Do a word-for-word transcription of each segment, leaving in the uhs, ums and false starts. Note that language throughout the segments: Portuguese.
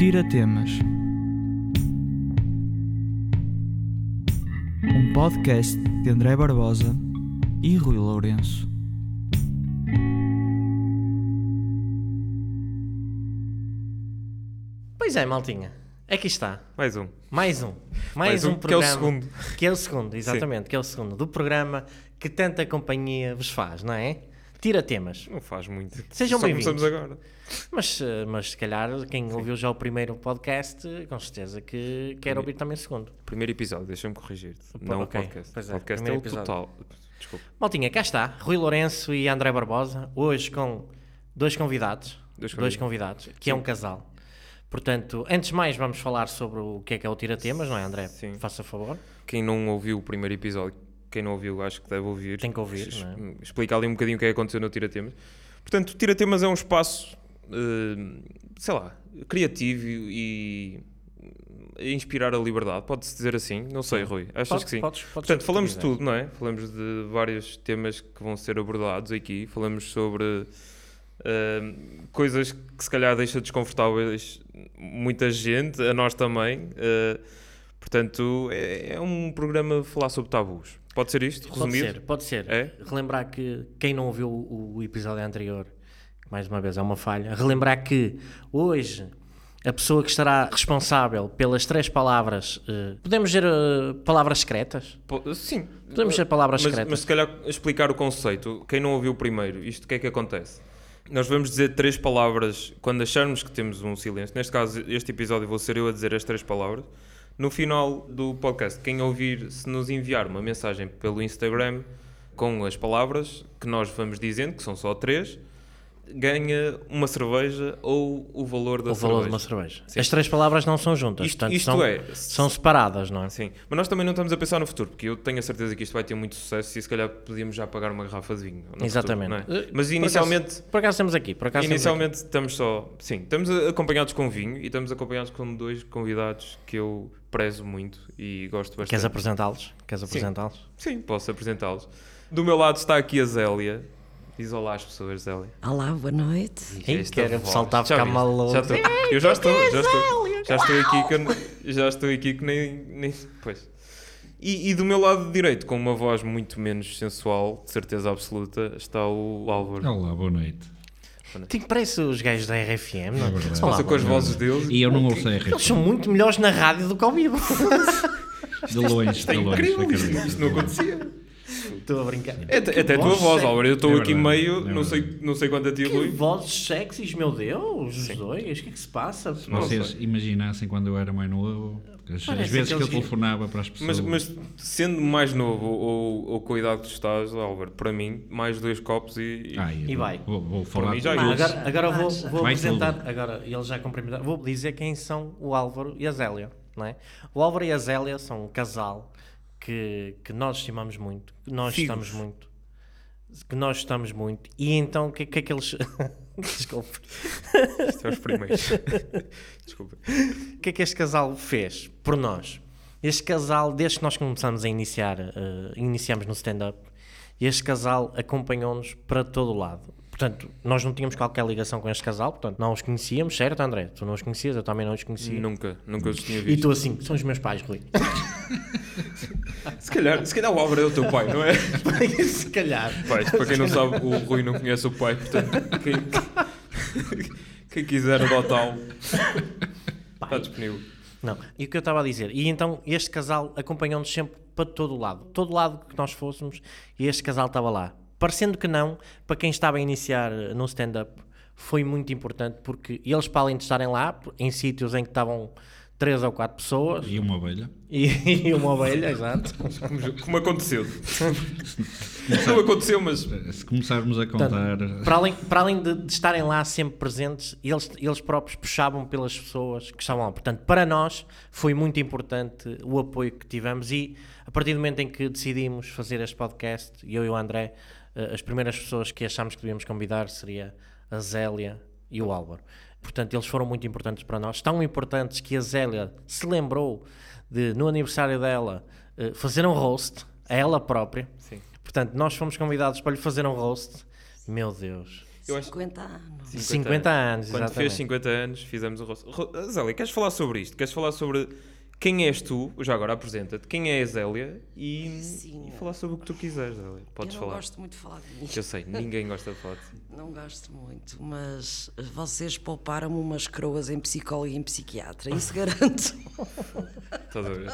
Tira Temas, um podcast de André Barbosa e Rui Lourenço. Pois é, maltinha. Aqui está. Mais um. Mais um. Mais, Mais um, um, que é o programa. segundo. Que é o segundo, exatamente. Sim. Que é o segundo. Do programa que tanta companhia vos faz, não é? Tira Temas. Não faz muito. Sejam Só bem-vindos. começamos agora. Mas, mas se calhar quem Sim. ouviu já o primeiro podcast, com certeza que quer ouvir também o segundo. Primeiro episódio, deixa-me corrigir-te. Pô, não okay. o podcast. Pois é, o podcast é o episódio. Total. Desculpa. Maltinha, cá está. Rui Lourenço e André Barbosa. Hoje com dois convidados. Dois convidados. Dois convidados que Sim. é um casal. Portanto, antes de mais, vamos falar sobre o que é que é o Tira Temas, não é, André? Sim. Faça favor. Quem não ouviu o primeiro episódio, quem não ouviu, acho que deve ouvir. Tem que ouvir, es- não é? Explica ali um bocadinho o que é que aconteceu no Tira Temas. Portanto, o Tira Temas é um espaço, uh, sei lá, criativo e a inspirar a liberdade, pode-se dizer assim? Não sei, Rui, achas Pode, que sim? Podes, podes Portanto, falamos de quiseres. tudo, não é? Falamos de vários temas que vão ser abordados aqui. Falamos sobre uh, coisas que se calhar deixam desconfortáveis muita gente, a nós também. Uh, portanto, é, é um programa a falar sobre tabus. Pode ser isto, Pode resumido? ser, pode ser. É? Relembrar que quem não ouviu o, o episódio anterior, mais uma vez é uma falha, relembrar que hoje a pessoa que estará responsável pelas três palavras, uh, podemos dizer uh, palavras secretas? Po- Sim. Podemos dizer palavras mas, secretas. mas se calhar explicar o conceito, quem não ouviu primeiro, isto o que é que acontece? Nós vamos dizer três palavras quando acharmos que temos um silêncio. Neste caso, este episódio vou ser eu a dizer as três palavras. No final do podcast, quem ouvir, se nos enviar uma mensagem pelo Instagram com as palavras que nós vamos dizendo, que são só três, ganha uma cerveja ou o valor da O valor cerveja. de uma cerveja. Sim. As três palavras não são juntas, Isto- portanto isto são, é- são separadas, não é? Sim, mas nós também não estamos a pensar no futuro, porque eu tenho a certeza que isto vai ter muito sucesso e se calhar podíamos já pagar uma garrafa de vinho. no Exatamente. futuro, não é? Eh, Mas por inicialmente, acaso, por acaso estamos aqui. Por acaso estamos inicialmente estamos só... Sim, estamos acompanhados com vinho e estamos acompanhados com dois convidados que eu prezo muito e gosto aqui. bastante. Queres apresentá-los? Queres Sim. apresentá-los? Sim, posso apresentá-los. Do meu lado está aqui a Zélia. Diz olá às pessoas, Zélia. Olá, boa noite. Ei, Esta que era, o voz. pessoal está a Já ficar viste? maluco. Já estou, eu já estou, já estou, já estou aqui que eu- já estou aqui que nem, nem pois. E, e do meu lado direito, com uma voz muito menos sensual, de certeza absoluta, está o Álvaro. Olá, boa noite. Tipo, parece os gajos da R F M, não É verdade. Se passa Olá, com as boa vozes deles. E eu não ouço a R F Eles são muito melhores na rádio do que ao vivo. de longe, Isto é de longe. incrível, isto, acredito. isto não acontecia. Estou a brincar. É, até até a tua voz voz, sexy. Álvaro. Eu estou É aqui verdade, meio, é não, verdade. sei, não sei quanto a ti, Que Rui. vozes sexys, meu Deus, os dois, o que é que se passa? Se Não vocês sei. imaginassem quando eu era mais novo, as, Parece as vezes que eu aqueles- telefonava para as pessoas. Mas, mas sendo mais novo ou, ou com a idade que tu estás, Álvaro, para mim, mais dois copos e... e- Ai, E vai. Vou, vou falar mim já de Ah, todos. agora agora vou, vou Vai apresentar, tudo. agora eles já cumprimentaram, vou dizer quem são o Álvaro e a Zélia, não é? O Álvaro e a Zélia são um casal que, que nós estimamos muito, que nós Figos. estamos muito, que nós estamos muito, e então o que, que é que eles... Desculpe. Isto é os primeiros. Desculpa. O que é que este casal fez por nós? Este casal, desde que nós começamos a iniciar, uh, iniciamos no stand-up, este casal acompanhou-nos para todo o lado. Portanto, nós não tínhamos qualquer ligação com este casal, portanto, não os conhecíamos, certo, André? Tu não os conhecias, eu também não os conhecia. Nunca, nunca os tinha E visto. tu assim, são os meus pais, Rui. Se calhar, se calhar o Álvaro é o teu pai, não é? Se calhar. Pai, para quem não sabe, o Rui não conhece o pai, portanto, quem, quem quiser adotá-lo está disponível. Não, e o que eu estava a dizer, e então este casal acompanhou-nos sempre para todo o lado, todo lado que nós fôssemos, e este casal estava lá. Parecendo que não, para quem estava a iniciar no stand-up, foi muito importante, porque eles, para além de estarem lá, em sítios em que estavam três ou quatro pessoas, E uma ovelha. e, e uma ovelha, exato. Como, como aconteceu. Não aconteceu, mas Se começarmos a contar. Para além, para além de, de estarem lá sempre presentes, eles, eles próprios puxavam pelas pessoas que estavam lá. Portanto, para nós foi muito importante o apoio que tivemos, e a partir do momento em que decidimos fazer este podcast, eu e o André, eh, as primeiras pessoas que achámos que devíamos convidar seria a Zélia e o Álvaro. Portanto, eles foram muito importantes para nós. Tão importantes que a Zélia se lembrou de, no aniversário dela, eh, fazer um roast a ela própria. sim. Portanto, nós fomos convidados para lhe fazer um roast. Meu Deus. Eu acho- cinquenta anos. cinquenta anos, Quando exatamente. fez cinquenta anos, fizemos o rosto. Ro- Zélia, queres falar sobre isto? Queres falar sobre quem és tu? Já agora apresenta-te. Quem é a Zélia? E, Sim. e falar sobre o que tu quiseres, Zélia. Podes eu não falar. gosto muito de falar de mim. Eu sei, ninguém gosta de falar de si. Não gosto muito, mas vocês pouparam-me umas croas em psicólogo e em psiquiatra, isso garanto. Estás a ver?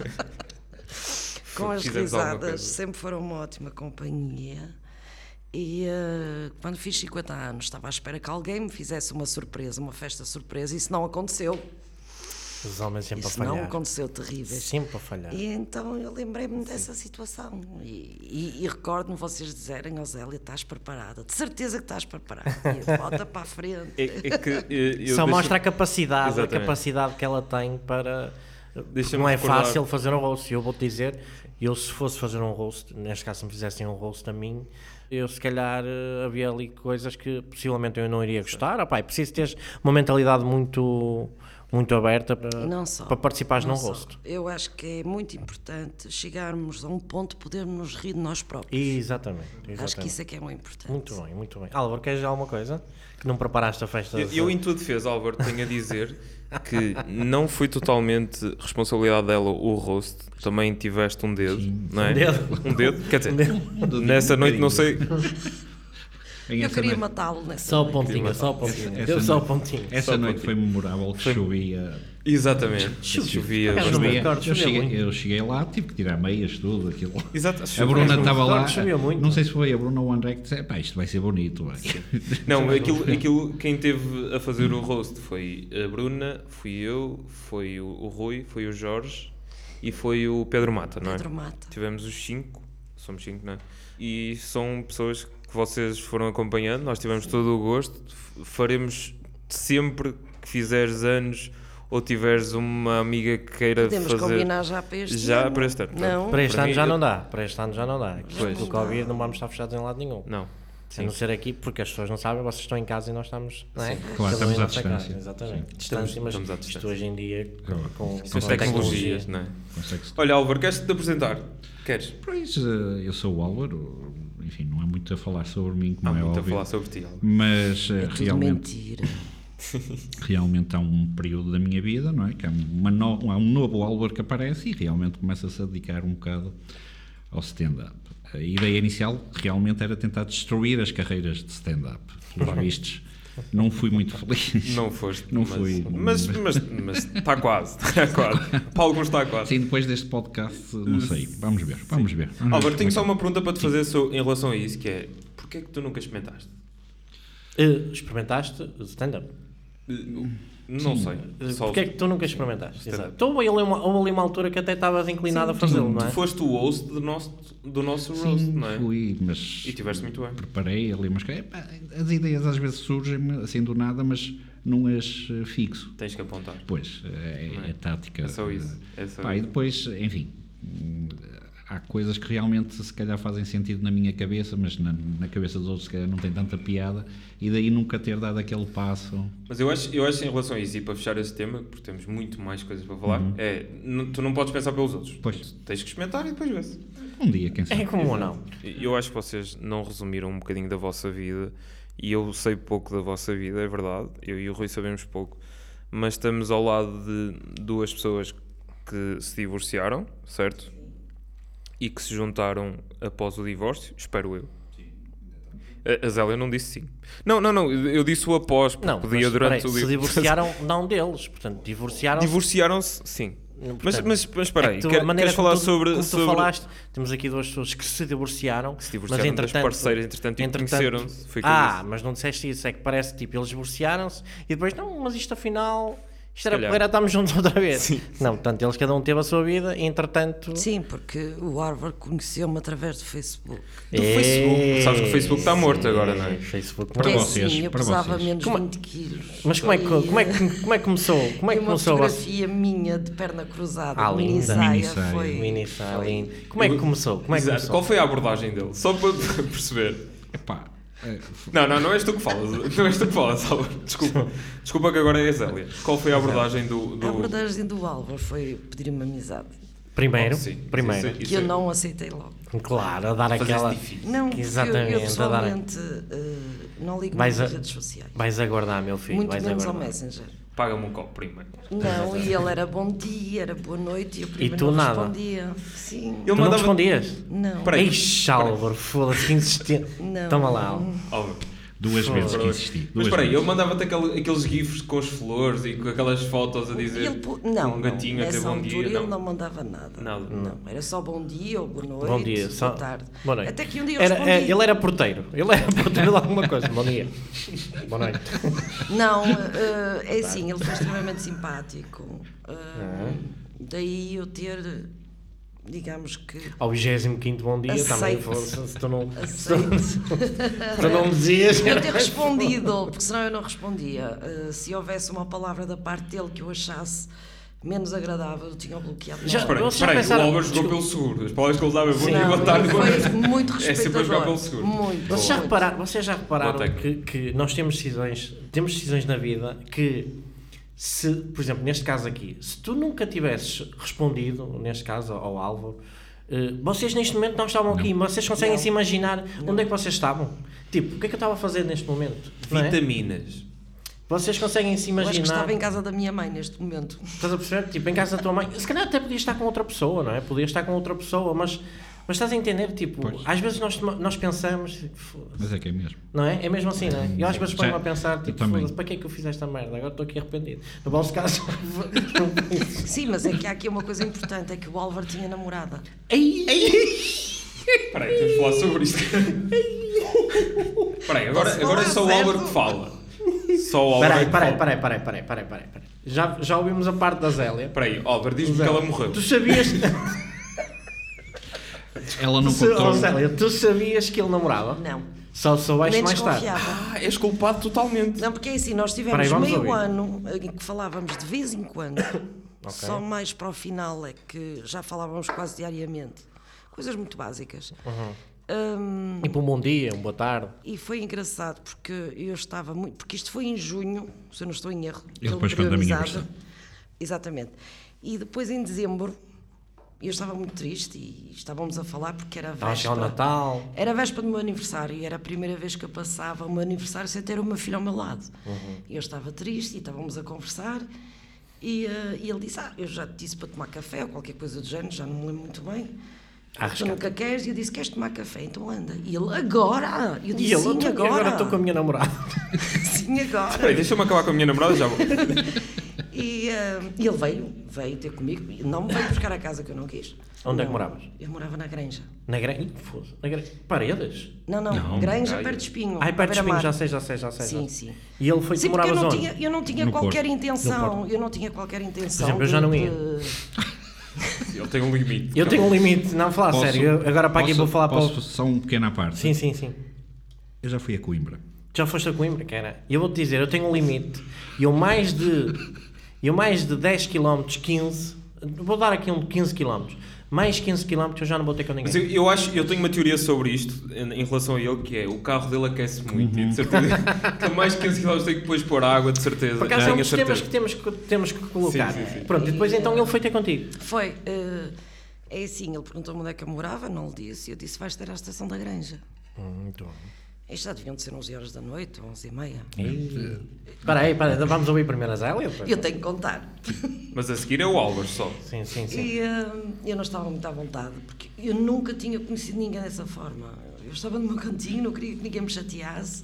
Com as Fizemos alguma risadas, coisa. sempre foram uma ótima companhia. E eh, quando fiz cinquenta anos, estava à espera que alguém me fizesse uma surpresa, uma festa surpresa, e isso não aconteceu. Os homens sempre Isso a não falhar. aconteceu, terríveis. Sempre a falhar. E então eu lembrei-me dessa situação e, e, e recordo-me vocês dizerem, ó Zélia, estás preparada? De certeza que estás preparada. E eu, volta para a frente. É, é que eh, eu Só deixo- mostra a capacidade, a Exatamente. capacidade que ela tem para... Deixa-me Não é recordar- fácil fazer um roast. Eu vou-te dizer, eu se fosse fazer um roast, neste caso se me fizessem um roast a mim, eu se calhar eh, havia ali coisas que possivelmente eu não iria gostar. Ah, pá, é preciso ter uma mentalidade muito, muito aberta para, E não só, para participares não num só. roast. Eu acho que é muito importante chegarmos a um ponto de podermos nos rir de nós próprios. Exatamente, exatamente. Acho que isso é que é muito importante. Muito bem, muito bem. Álvaro, queres dizer alguma coisa? Que não preparaste a festa? Eu, eu, em tua defesa, Álvaro, tenho a dizer que não foi totalmente responsabilidade dela o roast. Também tiveste um dedo, não é? Um dedo. Um dedo? Quer dizer, dedinho, nessa um noite não sei. Em Eu essa queria noite- matá-lo nessa Só o noite. pontinho, só o pontinho. essa Deu só o noite- pontinho. Essa Só noite pontinho. foi memorável, que chovia. Exatamente. Chovia. Por acaso, bastante. não me Chovia. recordo, Eu chovia cheguei, muito. eu cheguei lá, tive que tirar meias, tudo aquilo. Exato. A Bruna não me estava lá, recordo, chovia muito. não sei se foi a Bruna ou o André que disse, pá, isto vai ser bonito. vai." Não, aquilo, aquilo quem teve a fazer o roast foi a Bruna, fui eu, foi o, o Rui, foi o Jorge e foi o Pedro Mata, não é? Pedro Mata. Tivemos os cinco, somos cinco, não é? E são pessoas que vocês foram acompanhando, nós tivemos todo o gosto, F- faremos sempre que fizeres anos ou tiveres uma amiga que queira Podemos fazer... combinar já para este Já ano. para este ano. Não. Para este Para ano mim, já eu- não dá. Para este ano já não dá. Pois. Com o Covid não vamos estar fechados em lado nenhum. Não. A não ser aqui, porque as pessoas não sabem, vocês estão em casa e nós estamos, não é? Claro, Cada um estamos em à nossa casa, distância. Exatamente. Distância, mas estamos à isto distância. hoje em dia, Claro. com, com, Com com tecnologias, tecnologia. não é? Consegue-se. Olha, Álvaro, queres-te apresentar? Queres? Pois, eh, eu sou o Álvaro, enfim, não há muito a falar sobre mim, como Há é muito a óbvio. falar sobre ti, Álvaro. Mas eh, É tudo realmente, mentira. realmente há um período da minha vida, não é? Que há, uma no- há um novo Álvaro que aparece e realmente começa-se a dedicar um bocado ao stand-up. A ideia inicial realmente era tentar destruir as carreiras de stand-up. Pelos vistos, não fui muito feliz. Não foste. Não mas, fui. Mas mas mas está quase. Está quase. Para alguns está quase. Sim, depois deste podcast, não sei. Vamos ver, vamos ver. Vamos ver Álvaro, como tenho é só que- uma pergunta para te fazer so- em relação a isso, que é, porquê é que tu nunca experimentaste? Eh, experimentaste stand-up? Uh, Não sei. Eh, Só- Porquê é que tu nunca experimentaste? Stand-up. Exato. Então houve ali uma, houve ali uma altura que até estavas inclinado a fazê-lo, não é? Tu foste o host do nosso, do nosso roast, Sim, não é? fui, mas E tiveste muito bem. preparei ali umas coisas. Epá, as ideias às vezes surgem assim do nada, mas não as eh, fixo. Tens que apontar. Pois, é, Não é? é tática. É só isso. É só Pá, e isso. depois, enfim, hum, há coisas que realmente se calhar fazem sentido na minha cabeça, mas na, na cabeça dos outros se calhar não tem tanta piada, e daí nunca ter dado aquele passo. Mas eu acho, eu acho em relação a isso, e para fechar esse tema, porque temos muito mais coisas para falar, é, n- tu não podes pensar pelos outros. Pois. Tu tens que experimentar e depois vê-se. Um dia, quem sabe. É como ou não? Eu acho que vocês não resumiram um bocadinho da vossa vida, e eu sei pouco da vossa vida, é verdade, eu e o Rui sabemos pouco, mas estamos ao lado de duas pessoas que se divorciaram, certo? E que se juntaram após o divórcio, espero eu. A- A Zélia não disse sim. Não, não, não, eu disse o após, porque Não, podia mas, durante peraí, o se divórcio. divorciaram, não deles. Portanto, divorciaram-se. Divorciaram-se, sim. Portanto, Mas, mas, mas espera aí, é que tu- quer- a maneira queres como falar tu, sobre... como tu sobre... falaste, temos aqui duas pessoas que se divorciaram, se divorciaram mas das entretanto, parceiras, entretanto, e conheceram-se. Foi o que eu ah, disse. mas não disseste isso, é que parece tipo, eles divorciaram-se e depois, não, mas isto afinal, isto era calhar. porreira, estamos juntos outra vez. Sim. Não, portanto, eles cada um teve a sua vida e entretanto... Sim, porque o Álvaro conheceu-me através do Facebook. Do Facebook. Sabes que o Facebook está morto agora, não é? Facebook Para não. É vocês, assim, eu para pesava vocês. menos Como é- vinte quilos. Mas como é, que, como, é que, como é que começou? Como é E que uma começou a vossa... fotografia minha de perna cruzada, Ah, mini linda. saia, Mini saia. foi... Mini foi- Saline. Como é que começou? Como é que Exato. começou? Qual foi a abordagem dele? Só para perceber. Epá, é, Não, não, não és tu que falas. Não és tu que falas, Álvaro. Desculpa. Desculpa que agora é a Zélia. Qual foi a abordagem do... do... A abordagem do Álvaro foi pedir-me amizade, Primeiro, Oh, sim. primeiro. Isso é- que eu não aceitei logo. Claro, a dar Fazeste aquela... difícil. Não, porque eu, Exatamente, eu a dar- pessoalmente eh, Não ligo Vais muito a- às redes sociais. Vais aguardar, meu filho. Muito vais menos ao aguardar. Messenger. Paga-me um copo primeiro. Não, e ele era bom dia, era boa noite e eu primeiro tu não nada? respondia. Sim. Ele Tu não mandava- respondias? Não. Peraí. Ei, Álvaro, foda-se, que insistente. Não. Toma lá. Óbvio. Duas vezes que insisti. Mas Duas espera aí, vezes. ele mandava-te aquele- aqueles gifs com as flores e com aquelas fotos a dizer Ele pu- não, um gatinho não, a dizer nessa bom altura dia. ele Não. não mandava nada. Nada. Não, era só bom dia ou boa noite, Bom dia. Só... boa tarde. Boa noite. Até que um dia eu era, respondi. é, ele era porteiro. Ele era porteiro de alguma coisa. Bom dia. Boa noite. Não, eh, é assim, ele foi extremamente simpático. Eh, Daí eu ter, digamos que... Ao vigésimo quinto bom dia também. Aceito. fosse, Se tu não, se tu, Aceito. se tu não me dizias. Eu ter respondido, porque senão eu não respondia. Eh, se houvesse uma palavra da parte dele que eu achasse menos agradável, eu tinha bloqueado. Já- logo. Espera aí, Vocês já espera aí, pensaram- o Álvaro jogou pelo seguro. As palavras que ele dava, bom dia, Não, boa tarde, boa foi noite. muito É sempre a jogar respeitador. pelo seguro. Muito. Vocês já muito. repararam, vocês já repararam Boa que, que nós temos decisões, temos decisões na vida que, se, por exemplo, neste caso aqui, se tu nunca tivesses respondido, neste caso ao Álvaro, eh, vocês neste momento não estavam aqui, mas vocês conseguem Não. se imaginar onde é que vocês estavam? Tipo, o que é que eu estava a fazer neste momento? Não é? Vitaminas. Vocês conseguem se Eu acho que imaginar. estava em casa da minha mãe neste momento. Estás a perceber? Tipo, em casa da tua mãe, se calhar até podias estar com outra pessoa, não é? Podias estar com outra pessoa, mas, mas estás a entender? Tipo, Pois. às vezes nós, nós pensamos, foda-se, Mas é que é mesmo. não é? É mesmo assim, não é? Eu às vezes Já- ponho-me a pensar, eu tipo, também. foda-se, para que é que eu fiz esta merda? Agora estou aqui arrependido. No vosso caso, Sim, mas é que há aqui uma coisa importante, é que o Álvaro tinha namorada. Espera aí, temos de falar sobre isto. Espera aí, agora, Posso agora é falar, só o Álvaro certo? que fala. Só o Álvaro Peraí, que peraí, fala. peraí, peraí, peraí, peraí, peraí, peraí. Já, já ouvimos a parte da Zélia. Espera aí, Álvaro, diz-me que ela morreu. Tu sabias... Ela não tu, contou. oh, Zélia, tu sabias que ele namorava? Não. Só soubeste Nem mais tarde. desconfiava. Ah, és culpado totalmente. Não, porque é assim, nós tivemos Peraí, vamos meio ouvir. ano em que falávamos de vez em quando, só mais para o final é que já falávamos quase diariamente. Coisas muito básicas. Hum, Tipo um bom dia, um boa tarde. e foi engraçado porque eu estava muito. Porque isto foi em junho, se eu não estou em erro. E ele depois me deu conta a minha amizade. versão. Exatamente. E depois em dezembro, eu estava muito triste e estávamos a falar porque era a Estava a chegar o véspera. Natal. Era a véspera do meu aniversário e era a primeira vez que eu passava o meu aniversário sem ter o meu filho ao meu lado. E eu estava triste e estávamos a conversar e, eh, e ele disse, ah, eu já te disse para tomar café ou qualquer coisa do género, já não me lembro muito bem. Tu Arriscado. nunca queres? E eu disse, queres tomar café? Então anda. E ele, agora? E eu E disse, ele, sim, "Tu- agora. agora estou com a minha namorada. Sim, agora. Espera aí, deixa-me acabar com a minha namorada já vou. E, eh, e ele veio, veio ter comigo, e não me veio buscar a casa que eu não quis. Onde é que Não. moravas? Eu morava na Granja. Na Granja? Foda-se. Na Granja? Paredes? Não, não, Não, Granja Gaia. perto de Espinho. Ai, perto de beira-mar. Espinho, já sei, já sei, já sei. Sim, já. sim. E ele foi que Sim, porque eu moravas não onde? tinha, eu não tinha No qualquer Porto. intenção, eu não tinha qualquer intenção. Por exemplo, eu já de- não ia. de- Ele tem um limite. Eu tenho um limite, não, falar Posso- sério. Eu, agora para aqui posso- vou falar para posso o... só um pequeno à parte. Sim, sim, sim. Eu já fui a Coimbra. Já foste a Coimbra, cara? E eu vou-te dizer, eu tenho um limite. E eu mais de... Eu mais de dez quilómetros, quinze... Vou dar aqui um de quinze quilómetros. Mais quinze quilómetros eu já não vou ter com ninguém. Mas eu, eu acho, eu tenho uma teoria sobre isto em, em relação a ele, que é o carro dele aquece muito e de certeza que mais de quinze quilómetros tem que depois pôr água, de certeza. Por acaso é tenho um a dos temas certeza. que temos que, temos que colocar. Sim, sim, sim. Pronto, e depois então ele foi ter contigo. Foi. eh, é assim, ele perguntou-me onde é que eu morava, não lhe disse. Eu disse, vais ter à estação da Granja. Muito bom. Isto já deviam de ser onze horas da noite, onze e meia. Espera aí, espera aí, vamos ouvir primeiro a Zélia? Eu tenho que contar. Mas a seguir é o Álvaro só. Sim, sim, sim. E eh, eu não estava muito à vontade, porque eu nunca tinha conhecido ninguém dessa forma. Eu estava no meu cantinho, não queria que ninguém me chateasse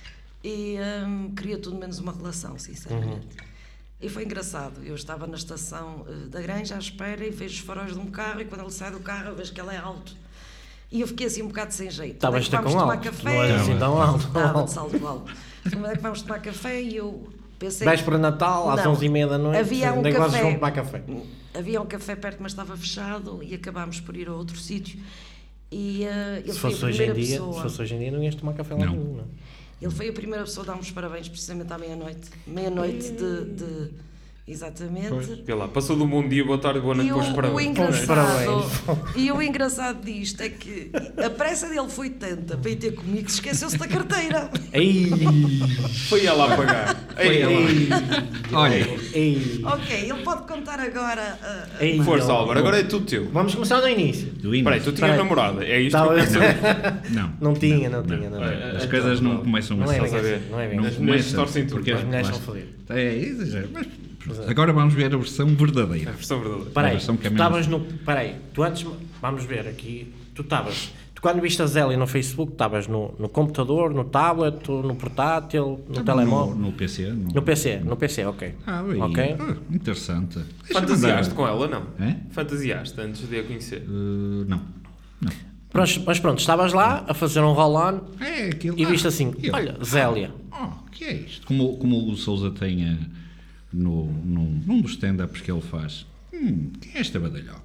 e eh, queria tudo menos uma relação, sinceramente. E foi engraçado. Eu estava na estação eh, da Granja à espera e vejo os faróis de um carro e quando ele sai do carro eu vejo que ele é alto. E eu fiquei assim um bocado sem jeito. Estavas Onde é que com vamos tomar alto, café? não és assim tão alto. Estava de salto alto. Onde é que vamos tomar café? E eu pensei... Véspera de Natal, às Não. onze e meia da noite, Havia um onde é que vocês café. vão tomar café? Havia um café perto, mas estava fechado e acabámos por ir a outro sítio. E eh, ele Se foi a fosse, hoje em primeira dia, se pessoa. fosse hoje em dia não ias tomar café lá Não. nenhum, não. Ele foi a primeira pessoa a dar-me os parabéns precisamente à meia-noite. Meia-noite de, de, Exatamente. Vê lá, passou do bom dia, boa tarde, boa noite, E o, depois para o bem. engraçado, e o engraçado disto é que a pressa dele foi tanta para ir ter comigo que se esqueceu-se da carteira. Ei, Foi ela a pagar. ei, ei, Olha, ei. Ok, ele pode contar agora. uh, Ei, Força, não. Álvaro, agora é tudo teu. Vamos começar do início. do início. Espera aí, tu tinhas Espera aí. namorada, é isto Tava- que eu quero saber. Não. Não tinha, não tinha. Não, Olha, tinha. As coisas não começam Não é assim. bem Estás a ver? assim, não é bem Não As assim. mulheres começam, torcem tudo, porque pá. As mulheres lá são está. fodidas. É exagero. Mas, agora vamos ver a versão verdadeira. A versão verdadeira. Espera aí, A versão tu que é menos- estavas no... Espera aí, tu antes... Vamos ver aqui. Tu estavas... Tu quando viste a Zélia no Facebook, estavas no, no computador, no tablet, no portátil, no telemóvel? No, no P C. No, No P C, no P C, ok. Ah, bem. Ok. Ah, interessante. Deixa-me Fantasiaste andar. com ela, não? É? Fantasiaste antes de a conhecer. Uh, não. Não. Mas, mas pronto, estavas lá a fazer um roll-on É aquilo. e viste ah, assim, eu- olha, Zélia. Oh, que é isto? Como, como o Sousa tem eh, no, num, num dos stand-ups que ele faz. Hum, que é esta badalhoca?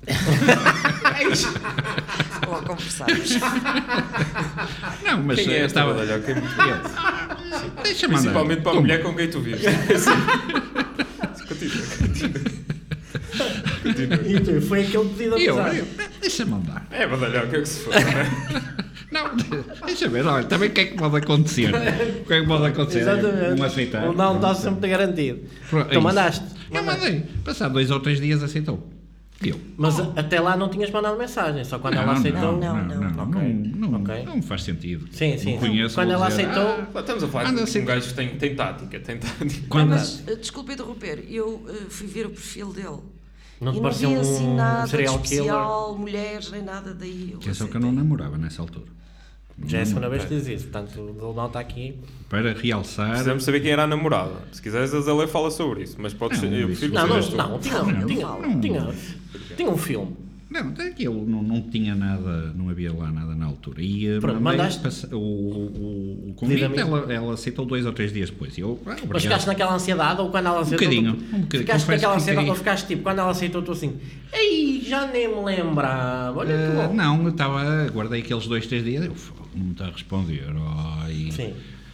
Logo conversamos. Não, mas Quem é eh, esta estava. badalhoca? É muito Eu- Deixa-me andar. Principalmente para a Toma. mulher com quem tu vives. Continua, continua. Continua. E tu, foi aquele pedido E eu, apesar. eu, deixa-me andar. É badalhoca, é o que se for, não é? Não, deixa ver, olha, também o que é que pode acontecer? O que é que pode acontecer? Exatamente. Não aceitar. O não está sempre garantido. Pronto, é Então isso. mandaste. Eu mandei. Passado dois ou três dias aceitou. Eu. Mas até lá não tinhas mandado mensagem, só quando ela aceitou. Não, não, não, não, Ok. não, não, Ok. não faz sentido. Sim, sim. Não conheço, Quando vou ela dizer, aceitou, ah, Pá, estamos a falar Anda de assim. um gajo que tem, tem tática, tem tática. Quando- Mas, uh, desculpe interromper, eu uh, fui ver o perfil dele. Não te e não pareceu vi assim um nada de serial especial, mulheres, nem nada daí. Eu atenção que eu aceitei. não namorava nessa altura. já é a segunda vez que diz isso, portanto, o Dom está aqui. Para realçar. Precisamos saber quem era a namorada. Se quiseres, a Zélia fala sobre isso, mas podes. Não, eu isso- prefiro que Não, não, sejas tu. não, tinha, Não, tinha, não. tinha, tinha um filme. Não, aquilo não, não tinha nada, não havia lá nada na altura. E eh, Pronto, mandei mandaste? passa- o, o, o convite, Pedido a mim. ela, ela aceitou dois ou três dias depois. E eu, ah, Mas obrigado. ficaste naquela ansiedade ou quando ela aceitou? bocadinho, tu- um bocadinho. Ficaste Confesso naquela que ansiedade fiquei- ou ficaste tipo, quando ela aceitou, tu assim, ei, já nem me lembrava, olha que Ah, bom. não, eu estava, guardei aqueles dois, três dias. Eu, "Fogo, não me está a responder. Ai, Sim.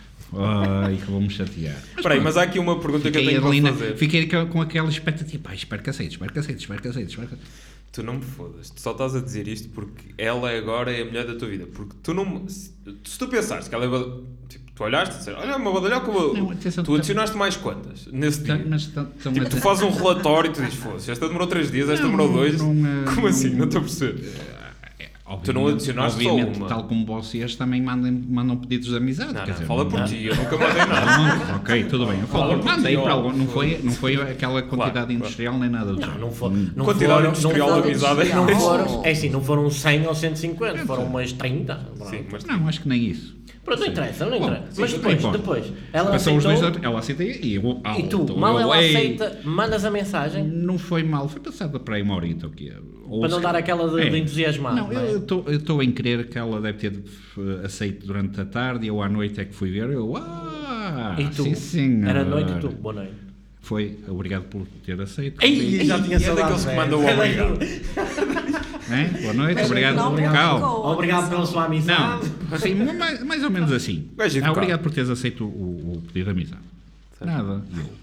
ai, que vou-me chatear. Espera aí, mas há aqui uma pergunta que eu Fiquei, tenho ali para na- fazer. fiquei com com aquela expectativa. Pá, espero que aceites, espero que aceites, espero que aceites, espero que aceites. Tu não me fodas, tu só estás a dizer isto porque ela agora é a mulher da tua vida. Porque tu não. Se, se tu pensaste que ela é. bada- Tipo, tu olhaste e disseste, olha, uma badalhoca. Não, atenção, Tu tu- adicionaste mais quantas nesse dia? Tá, mas tá- tá- Tipo, mas- tu fazes um relatório e tu dizes, foda-se, esta demorou três dias, esta Não, demorou dois. não, eh, Como assim? não- Não estou a perceber. Tu não Obviamente- adicionaste só obviamente, uma. tal como vocês também mandem, mandam pedidos de amizade. Não, quer não, dizer, fala não- por ti, eu nunca mandei nada. Não, ok, tudo bem. Eu Fala falo, por mandei ti, para ó. algo, não foi, não foi aquela quantidade claro. industrial nem nada do Não, género. não foram. Não Quantidade foram, industrial não de amizade é Não isso. foram, é assim, não foram cem ou cento e cinquenta, foram umas trinta. Pronto. Sim, mas Não, acho que nem isso. Pronto, não interessa, não Bom, interessa. sim, Mas não depois, importa. depois, ela Passou os dois, aceitou ela aceitei e eu. e tu, alto, mal eu, ela ei, aceita, mandas a mensagem Não foi mal, foi passada para aí uma horita ou quê? Ou para não se- dar aquela de, É. de entusiasmado. Não, Não, é? eu estou em crer que ela deve ter eh, aceito durante a tarde e eu à noite é que fui ver. Eu, ah, E tu? sim, senhor. Era noite e tu, boa noite. Foi, obrigado por ter aceito. Ei, já tinha é saudades, daqueles que velho. mandam o É obrigado. É? Boa noite, Mas obrigado não por me calma. ficou. Obrigado pela sua amizade. Não, assim, mais, mais ou menos assim. Gajo Ah, educado. obrigado por teres aceito o, o pedido de amizade. Nada. E eu,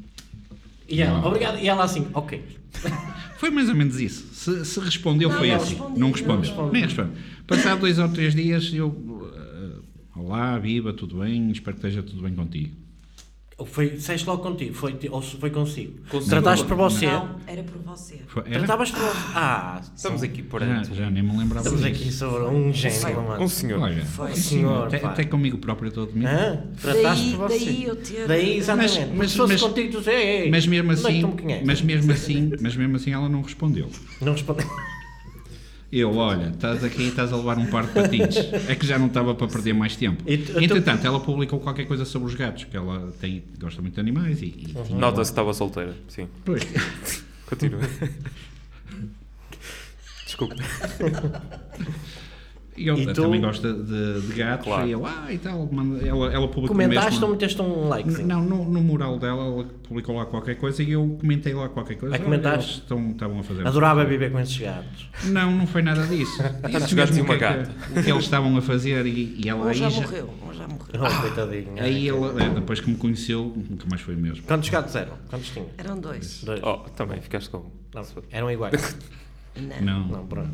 E ela, Não. obrigado. E ela assim, ok. Foi mais ou menos isso. Se, se respondeu, Não, foi não assim. respondi, não não respondeu. respondi. Nem respondeu. Passado dois ou três dias, eu. eh, olá, viva, tudo bem? Espero que esteja tudo bem contigo. Foi, disseste logo contigo, foi, ou se foi consigo. Consigo. Trataste por você. Não, era por você. Foi, era? Tratavas por você. Ah, Estamos aqui já, perante já nem me lembrava estamos disso. aqui sobre um gênio, mano. um senhor. Olha, Foi. sim, Senhor, até, pá. até comigo próprio estou de mim. Hã? Trataste Daí- por você. daí eu ter- Daí, exatamente. Mas- Mas, mas- se fosse mas- contigo, tu dizes, ei, ei, Mas mesmo onde é que assim, tu me conheces? mas mesmo assim, mas mesmo assim ela não respondeu. Não respondeu. Eu, olha, estás aqui e estás a levar um par de patins. É que já não estava para perder mais tempo. E tu- Entretanto, ela publicou qualquer coisa sobre os gatos, que ela tem, gosta muito de animais e... e Uhum. Nota-se que estava solteira, sim. Pois. Continua. Desculpa. E eu E tu? também gosto de, de gatos, Claro. e eu, ah, e tal, manda- ela, ela publicou Comentaste mesmo. ou meteste um like? N- Não, no, no mural dela, ela publicou lá qualquer coisa e eu comentei lá qualquer coisa. Ah, comentaste? Eles estão, estavam a fazer. Adorava viver com esses gatos. Não, não foi nada disso. Isso gatos mesmo e uma o que é gata. que- o que eles estavam a fazer e, e ela Um aí já já, morreu, um já morreu. Oh, coitadinho. aí Ai, ela, é, depois que me conheceu, nunca mais foi mesmo. Quantos gatos eram? Quantos tinha? Eram dois. Dois. Oh, também ficaste com. Não, eram iguais. Não. Não, Não, pronto.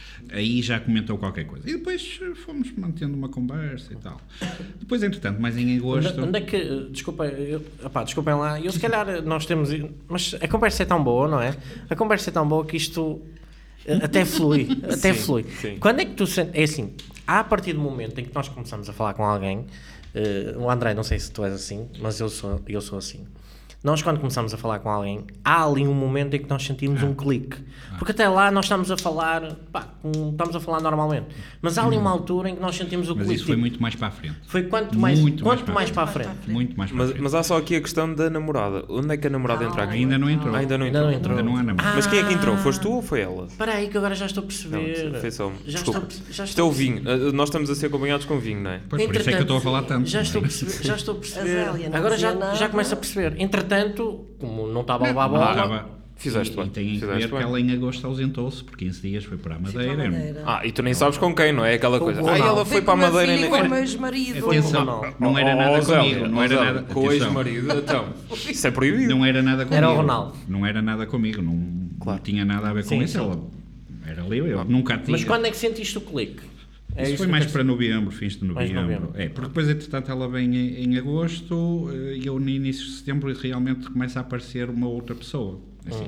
aí já comentou qualquer coisa. E depois eh, fomos mantendo uma conversa e tal. Depois, entretanto, mais em Onde, agosto. onde é que. Desculpa, eu, opá, desculpem lá. Eu se calhar nós temos. Mas a conversa é tão boa, não é? A conversa é tão boa que isto eh, até flui. Até Sim, flui. sim. Quando é que tu sentes. É assim, a partir do momento em que nós começamos a falar com alguém. eh, o André, não sei se tu és assim, mas eu sou, eu sou assim. Nós, quando começamos a falar com alguém, há ali um momento em que nós sentimos um clique. Porque até lá nós estamos a falar, pá, um- estamos a falar normalmente. Mas há ali uma altura em que nós sentimos o Mas clique. isso foi tipo, muito mais para a frente. foi quanto mais, muito mais quanto para mais a para a frente. frente. Muito mais para a Mas, frente. mas há só aqui a questão da namorada. Onde é que a namorada entra aqui? Ainda não entrou. Ainda não Ainda entrou. não entrou. Ainda não há namoro. Mas quem é que entrou? Foste tu ou foi ela? Espera aí que agora já estou a perceber. Não, foi só. já Desculpa. estou, já Isto é estou o vinho. Uh, Nós estamos a ser acompanhados com vinho, não é? Pois, por isso é que eu estou a falar tanto. Já estou a perceber. Já estou a perceber. Zélia não Agora já, dizia nada. já começo a perceber. Entretanto, como não estava a levar a Não bola. estava. Fizeste e, bem, E tem que fizeste ver que bem. ela em agosto ausentou-se por quinze dias, foi para a Fui para a Madeira. Madeira. Ah, e tu nem sabes com quem, não é? Aquela Com coisa. o Ah, ela Ronaldo. foi Vem para a com o meu Madeira filho e e com o nem. meu ex-marido. Atenção, Ronaldo. não era Oh, nada oh, Zélia, comigo, não oh, era Zélia, nada. Com o atenção, ex-marido, então. Isso é proibido. Não era nada comigo. Era o Ronaldo. Não era nada comigo, não, não tinha nada a ver com Sim, isso. sim. Ela era ali, eu nunca tinha. Mas quando é que sentiste o clique? É Isso que foi eu mais quero para novembro, fins de Mais novembro. novembro. É, porque depois, entretanto, ela vem em, em agosto eh, e eu no início de setembro realmente começa a aparecer uma outra pessoa. Assim.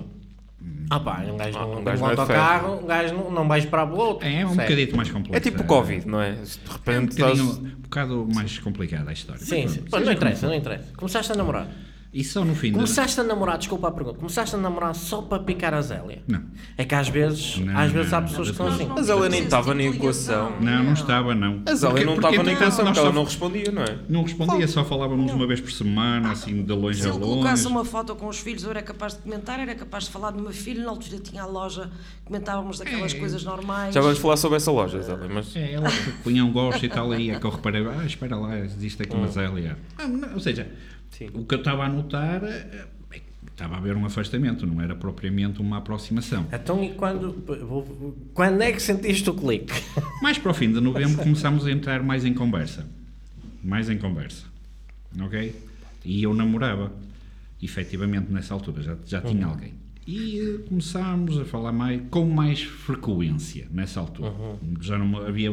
Ah pá, um gajo Ah, não, um um gajo não é de autocarro, um gajo não, não vai esperar pelo outro. É, é um Sério. bocadito mais complexo. É tipo Covid, não é? Se de É um repente estás. bocadinho, um bocado mais complicada a história. Sim, Mas sim. pronto, Pô, não seja interessa, como não interessa. Começaste a namorar. for. E só no fim de... Começaste a namorar, desculpa a pergunta, começaste a namorar só para picar a Zélia? Não. É que às vezes, Não, às vezes há não, pessoas que não. são assim. Mas ela nem Preciso estava de na ligação. equação. Não, não estava, não. Mas ela Porque- não porque, estava na entretanto, equação, nós porque ela só- não respondia, não é? Não respondia, só falávamos uma vez por semana, assim, de longe Se a ele longe. colocasse uma foto com os filhos, eu era capaz de comentar, era capaz de falar do meu filho. Na altura tinha a loja, comentávamos daquelas É. coisas normais. Já vamos falar sobre essa loja, Zélia, mas. É, ela punha um gosto e tal, aí é que eu reparei, ah, espera lá, existe aqui uma Zélia. Ah, não, ou seja, Sim. o que eu estava a notar, eh, bem, estava a haver um afastamento, não era propriamente uma aproximação. Então e quando, vou- quando é que sentiste o clique? Mais para o fim de novembro começámos a entrar mais em conversa. Mais em conversa. Ok? E eu namorava. Efetivamente, nessa altura, já, já tinha alguém. E eh, começámos a falar mais, com mais frequência, nessa altura. Já não havia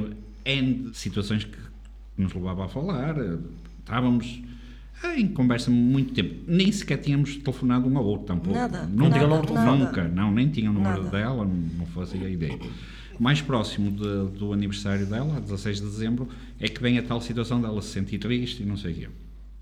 N situações que nos levava a falar. eh, Estávamos eh, em conversa muito tempo. Nem sequer tínhamos telefonado um ao outro, tampouco. Nada, Nunca, nada, tinha o número de telefone? nunca, não, nem tinha o número Nada. dela, não fazia ideia. Mais próximo de- do aniversário dela, a dezasseis de dezembro, é que vem a tal situação dela se sentir triste e não sei o quê.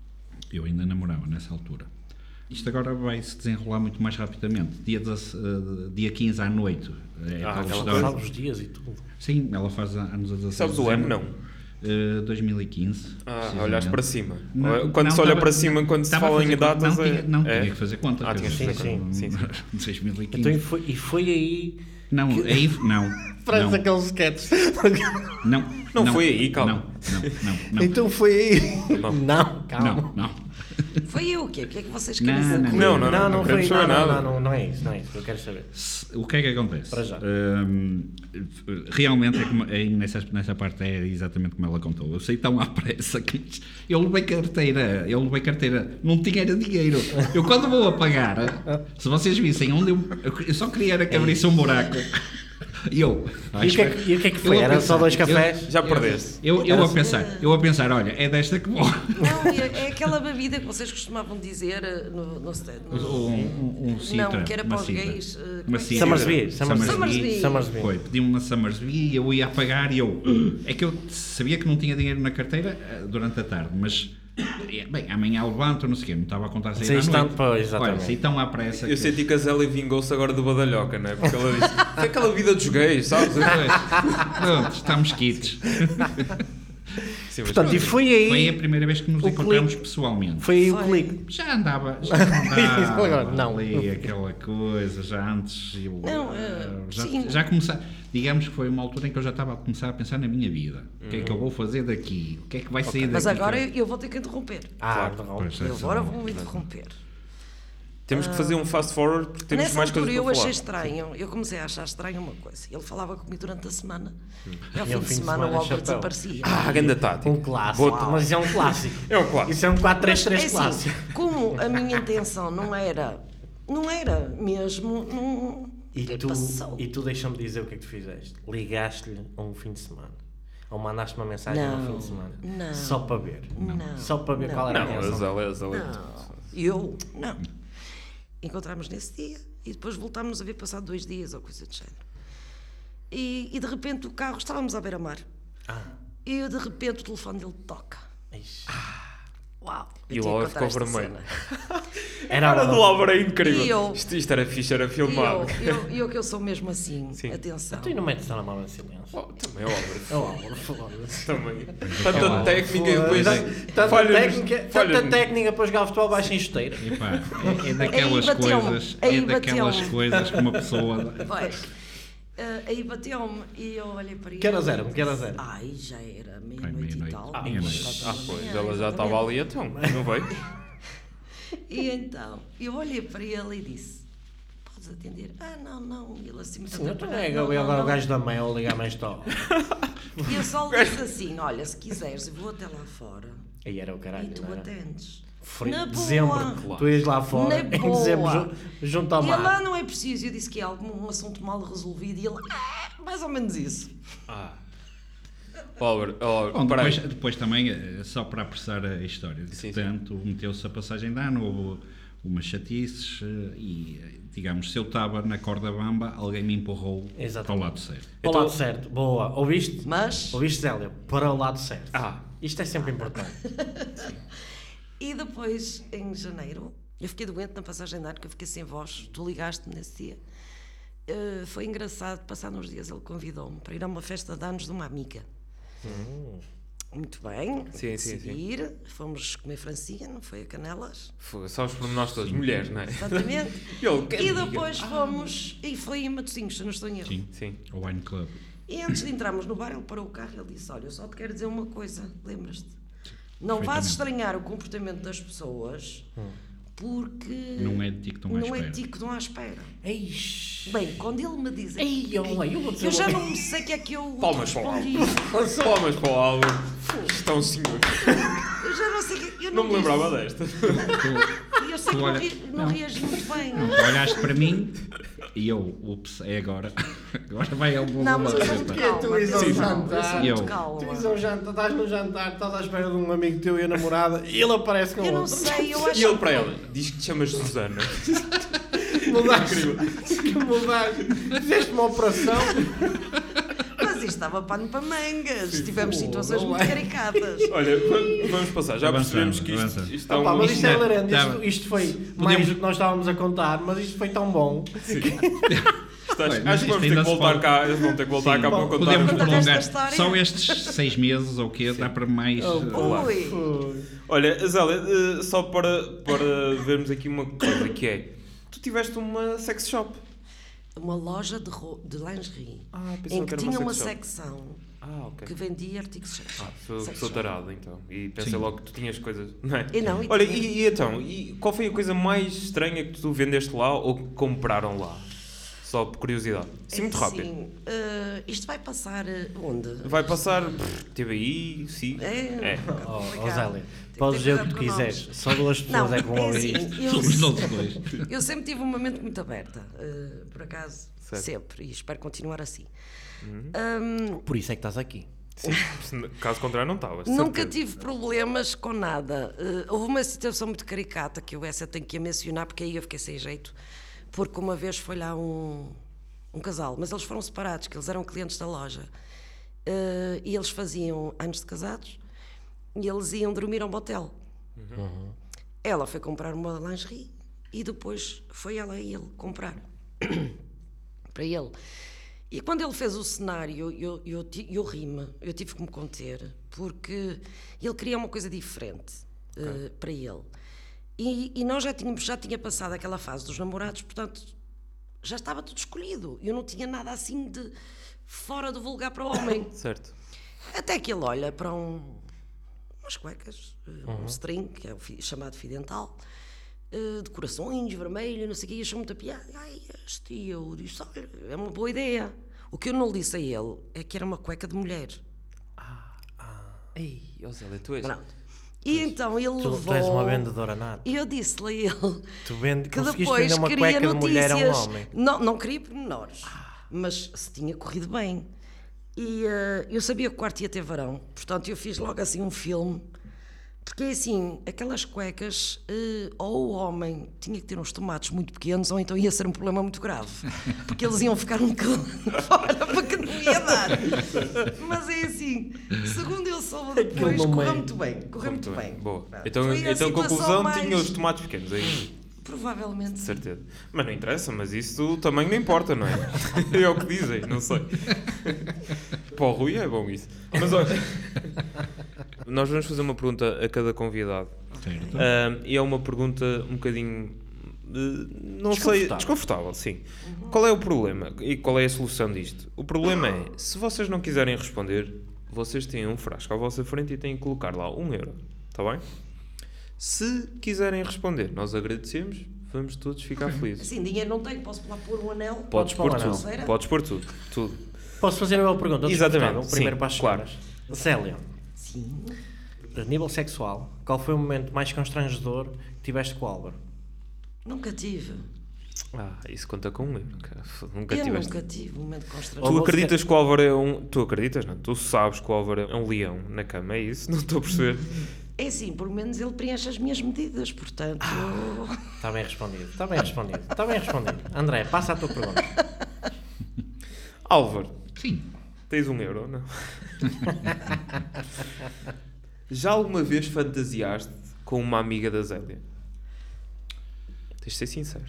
Eu ainda namorava nessa altura. Isto agora vai se desenrolar muito mais rapidamente. Dia, dezasseis, eh, dia quinze à noite. É a Ah, tal aquela história. Sabe os dias e tudo. Sim, ela faz anos a dezasseis Sabes de o ano, dezembro. não? Eh, dois mil e quinze. Ah, precisamente. olhaste para cima. Não, Quando não, se olha tava- para cima, quando se tava a fala fazer em conta- datas, não, é. tinha, não é. tinha que fazer conta. Ah, quer tinhas dizer, que fazer conta. Sim, sim. dois mil e quinze. Então e foi, e foi aí. Não, aí não. Parece não, aqueles sketches. não, Não foi aí, calma. Não, não, não. não. Então foi aí. Não. Não, calma. Não, não. Foi eu, o quê? O que é que vocês Não, querem saber? não, Não, não, não, não, foi. queremos Não, saber não, nada. não, não, não é isso, não é isso que eu quero saber. Se- O que é que acontece? Para já. Hum, realmente, é como, é nessa, nessa parte é exatamente como ela contou. Eu sei tão à pressa que eu levei carteira, eu levei carteira, não tinha era dinheiro. Eu quando vou a pagar, se vocês vissem onde eu, eu só queria era que abrisse um buraco. E eu, E o que é que- e o que é que foi? eu a Era só dois eu- cafés? Já perdeste. Eu, eu, a pensar, eu a pensar, olha, é desta que vou. Não, é, é aquela bebida que vocês costumavam dizer eh, no, no, no, Um, um, um citra, Não, que era uma para os citra. gays. eh, como Uma é que se citra. chama? Summersby. Summersby. Summersby. Summersby. Foi, pedi-me uma Summersby e eu ia a pagar e eu... É que eu sabia que não tinha dinheiro na carteira eh, durante a tarde, mas... eh, Bem, amanhã levanto, não sei o quê, não estava a contar sair à Saíste noite. tanto, pois, exatamente. Olha, saí tão à pressa Eu que... senti que a Zélia vingou-se agora do badalhoca, não é? Porque ela disse: foi aquela vida dos gays, sabes? Pois, pronto, estamos quites. Sim, mas Portanto, e foi aí, Foi a primeira vez que nos o encontramos clique. pessoalmente. foi aí o Foi. clique. Já andava, já andava Agora, não. ali aquela coisa, já antes eu, Não, eh, eh, já, sim. já comecei, digamos que foi uma altura em que eu já estava a começar a pensar na minha vida. O que é que eu vou fazer daqui? O que é que vai sair daqui? Mas agora eu, eu vou ter que interromper. Ah, Claro. não. Pois, Eu essa- agora vou interromper. Temos que fazer um fast forward porque temos Nessa mais altura coisas eu para achei falar. estranho, eu comecei a achar estranho uma coisa. Ele falava comigo durante a semana e ao E fim ao de fim de semana o semana, Albert chapéu. desaparecia. Ah, grande tática. Um clássico. Boa- Mas isso é um clássico. É um clássico. Isso é um quatro três Mas, três é assim, clássico. como a minha intenção não era, não era mesmo, não, E o que tu, passou? e tu deixa-me dizer o que é que tu fizeste. Ligaste-lhe a um fim de semana. Ou mandaste uma mensagem Não, no fim de semana. não, Só para ver. não, Só para ver não. qual era a Não, a reação. Zélia, a Zélia. Não, eu, não. Encontramos nesse dia e depois voltámos a ver passado dois dias ou coisa do género. E, e de repente o carro, estávamos à beira-mar. Ah. E de repente o telefone dele toca. Ixi. Uau! E eu o tinha que Álvaro contar ficou esta vermelho. cena. Era A cara do a Álvaro é incrível. E eu- Isto, isto era fixe, era E filmado. eu, eu, eu que eu sou mesmo assim, Sim. atenção. Tu não metes a na mão em silêncio. Oh, também, o Álvaro. É o Álvaro, foda-se. Também. Tanta técnica e depois. Tanta falhas- técnica, tanta falhas- técnica para jogar futebol baixo em chuteira. Epá, é, é daquelas Aí bateu-me, coisas, aí é daquelas bateu-me. coisas que uma pessoa. Pois. Ah, aí bateu-me e eu olhei para ele. Que horas eram? Que horas eram? Ai, já era Ai, meia-noite e meia-noite. tal. Ah, Ah, pois, É, ela já estava ali então, não veio? E então, eu olhei para ele e disse: podes atender? Ah, não, não. E ele assim muito Sim, eu estou atrapalhado, é "Não, agora não, o gajo da mãe ou ligar mais top. não." E eu só lhe disse assim: olha, se quiseres, eu vou até lá fora Aí era o e caralho, tu não era? atendes. Frio, Na boa. dezembro, tu ias lá fora, Na em dezembro, boa. ju- junto ao E ele, ah, mar. não é preciso. Eu disse que é algum um assunto mal resolvido e ele, ah, mais ou menos isso. Ah. Álvaro, Álvaro, Bom, peraí. depois, depois também, eh, só para apressar a história, Sim, portanto, meteu-se a passagem de ano, houve umas chatices eh, e, eh, digamos, se eu estava na corda bamba, alguém me empurrou Exatamente. para o lado certo. Para o Então- lado certo, boa. Ouviste? Mas, Ouviste, Zélia? Para o lado certo. Ah. Isto é sempre importante. e depois, em janeiro, eu fiquei doente na passagem de ano, que eu fiquei sem voz. Tu ligaste-me nesse dia. Uh, foi engraçado, passar uns dias ele convidou-me para ir a uma festa de anos de uma amiga. Muito bem, Sim, sim, seguir, fomos comer francinha, não foi a Canelas? Foi só os pormenores todos, mulheres, não é? Exatamente. Ele, que E amiga. depois fomos, e foi em Matosinhos, se eu não estou em erro. Sim, Sim. o Wine Club. E antes de entrarmos no bar, ele parou o carro e ele disse: olha, eu só te quero dizer uma coisa, lembras-te? Não vás perfeitamente. estranhar o comportamento das pessoas porque Não é de ti que estão à não é espera. de ti que estão à espera. Eish. Bem, quando ele me diz Ei, olha, eu vou dizer eu já uma- não sei o que é que eu Palmas para o respondi. Palmas para o Álvaro. Estão senhor. Eu já não sei o que eu Não me disse. lembrava desta. E eu sei que não, olha- ri- não não. reagi muito bem. Não, tu olhaste para mim e eu, ups, é agora. Agora vai ele Não, mas eu sou muito calma. Tu és eu ao sou jantar. muito Eu. Tu calma. ires ao jantar, estás no jantar, estás à espera de um amigo teu e a namorada e ele aparece com Eu não outro. sei, eu acho E ele que- para ela, diz que te chamas Susana. Mudaste. Que mudaste. Fizeste uma operação. Mas isto estava pano para mangas. Tivemos Pô, situações não muito é. caricatas. Olha, vamos- vamos passar. Já Avançando, percebemos que isto, avançando. isto está Opa, um... mas isto é Isto- hilarante. tá- Isto, isto foi mais do que nós estávamos a contar, mas isto foi tão bom. Estás- Bem, mas acho que isto vamos ter ainda que se voltar pode- cá. Eles vão ter que voltar Sim, cá para bom, contar. Podemos Conta prolongar esta história. só estes seis meses ou o quê? Dá para mais. Oh, eh, Olá. Ui. Olha, Zélia, eh, só para, para vermos aqui uma coisa que é, tu tiveste uma sex shop. Uma loja de, ro- de lingerie Ah, pensava em que que era tinha uma uma sex shop. secção Ah, ok. que vendia artigos sexuais. Ah, sou, Sex sou shop. tarado então. E pensei Sim. logo que tu tinhas coisas, não é? E não, e Olha, tinha. e, e então, e qual foi a coisa mais estranha que tu vendeste lá ou que compraram lá? Só por curiosidade. Sim, muito É rápido. assim, eh, isto vai passar eh, onde? Vai passar pff, T V I, sim. É. É. Oh, oh Complicado. Zélia, Tem que podes ter dizer o que tu cuidado com quiseres. nomes. Só duas pessoas Não, é que vão é ouvir assim, isto. eu, Somos nós dois. eu sempre tive uma mente muito aberta, eh, por acaso, Certo. sempre, e espero continuar assim. Uhum. Ahm, Por isso é que estás aqui. Sim. Se- Caso contrário, não estavas. Nunca certeza. tive problemas com nada. Eh, houve uma situação muito caricata que eu essa tenho que a mencionar porque aí eu fiquei sem jeito, porque uma vez foi lá um, um casal, mas eles foram separados, que eles eram clientes da loja. Eh, e eles faziam anos de casados e eles iam dormir a um motel. Ela foi comprar uma lingerie e depois foi ela e ele comprar para ele. E quando ele fez o cenário, eu, eu, ti- eu ri-me, eu tive que me conter, porque ele queria uma coisa diferente eh, para ele. E, e nós já tínhamos, já tinha passado aquela fase dos namorados, portanto, já estava tudo escolhido. Eu não tinha nada assim de fora do vulgar para o homem. Certo. Até que ele olha para um, umas cuecas, eh, um string, que é o fi- chamado fidental, eh, de corações, vermelho, não sei o quê, e achou muita piada. Ai, este, e eu disse, olha, é uma boa ideia. O que eu não lhe disse a ele é que era uma cueca de mulher. Ei, ó Zélia, tu és... Pronto. E então ele Tu, levou... tu és uma vendedora nata. E eu disse-lhe a ele Tu vende, que conseguiste depois vender uma queria cueca de notícias. mulher a um homem. Não, não queria pormenores, mas se tinha corrido bem. E eh, eu sabia que o quarto ia ter varão, portanto eu fiz logo assim um filme. Porque assim, aquelas cuecas, eh, ou o homem tinha que ter uns tomates muito pequenos, ou então ia ser um problema muito grave. Porque eles iam ficar um bocadinho fora, porque não ia dar. Mas é assim, segundo eu soube depois, Aquilo no correu meio. muito bem. Correu muito bem. Boa. Pronto. Então, Foi a então a situação conclusão mais- tinha os tomates pequenos, é isso? Provavelmente. De certeza. Mas não interessa, mas isso também não importa, não é? É o que dizem, não sei. Para o Rui é bom isso. Mas olha, nós vamos fazer uma pergunta a cada convidado. Certo. Ah, e é uma pergunta um bocadinho, eh, não sei, Desconfortável. desconfortável, sim. Qual é o problema e qual é a solução disto? O problema é, se vocês não quiserem responder, vocês têm um frasco à vossa frente e têm que colocar lá um euro, está bem? Se quiserem responder, nós agradecemos, vamos todos ficar felizes. Assim, dinheiro não tenho, posso lá pôr um anel? Podes pôr pôr um anel. tudo, podes pôr tudo, tudo. Posso fazer a pergunta? Exatamente, Desconfortável, Primeiro sim, para as claro. senhoras. Célia, Sim. a nível sexual, qual foi o momento mais constrangedor que tiveste com o Álvaro? Nunca tive. Ah, isso conta com um euro, cara. Nunca eu tiveste. nunca tive um momento constrangedor. Tu Ou acreditas que o Álvaro é um... Tu acreditas, não? Tu sabes que o Álvaro é um leão na cama, é isso? Não estou a perceber. É assim, pelo menos ele preenche as minhas medidas, portanto... Está bem respondido, está bem respondido, está bem respondido. André, passa a tua pergunta. Álvaro, Sim. tens um euro, não? Já alguma vez fantasiaste com uma amiga da Zélia? Tens de ser sincero.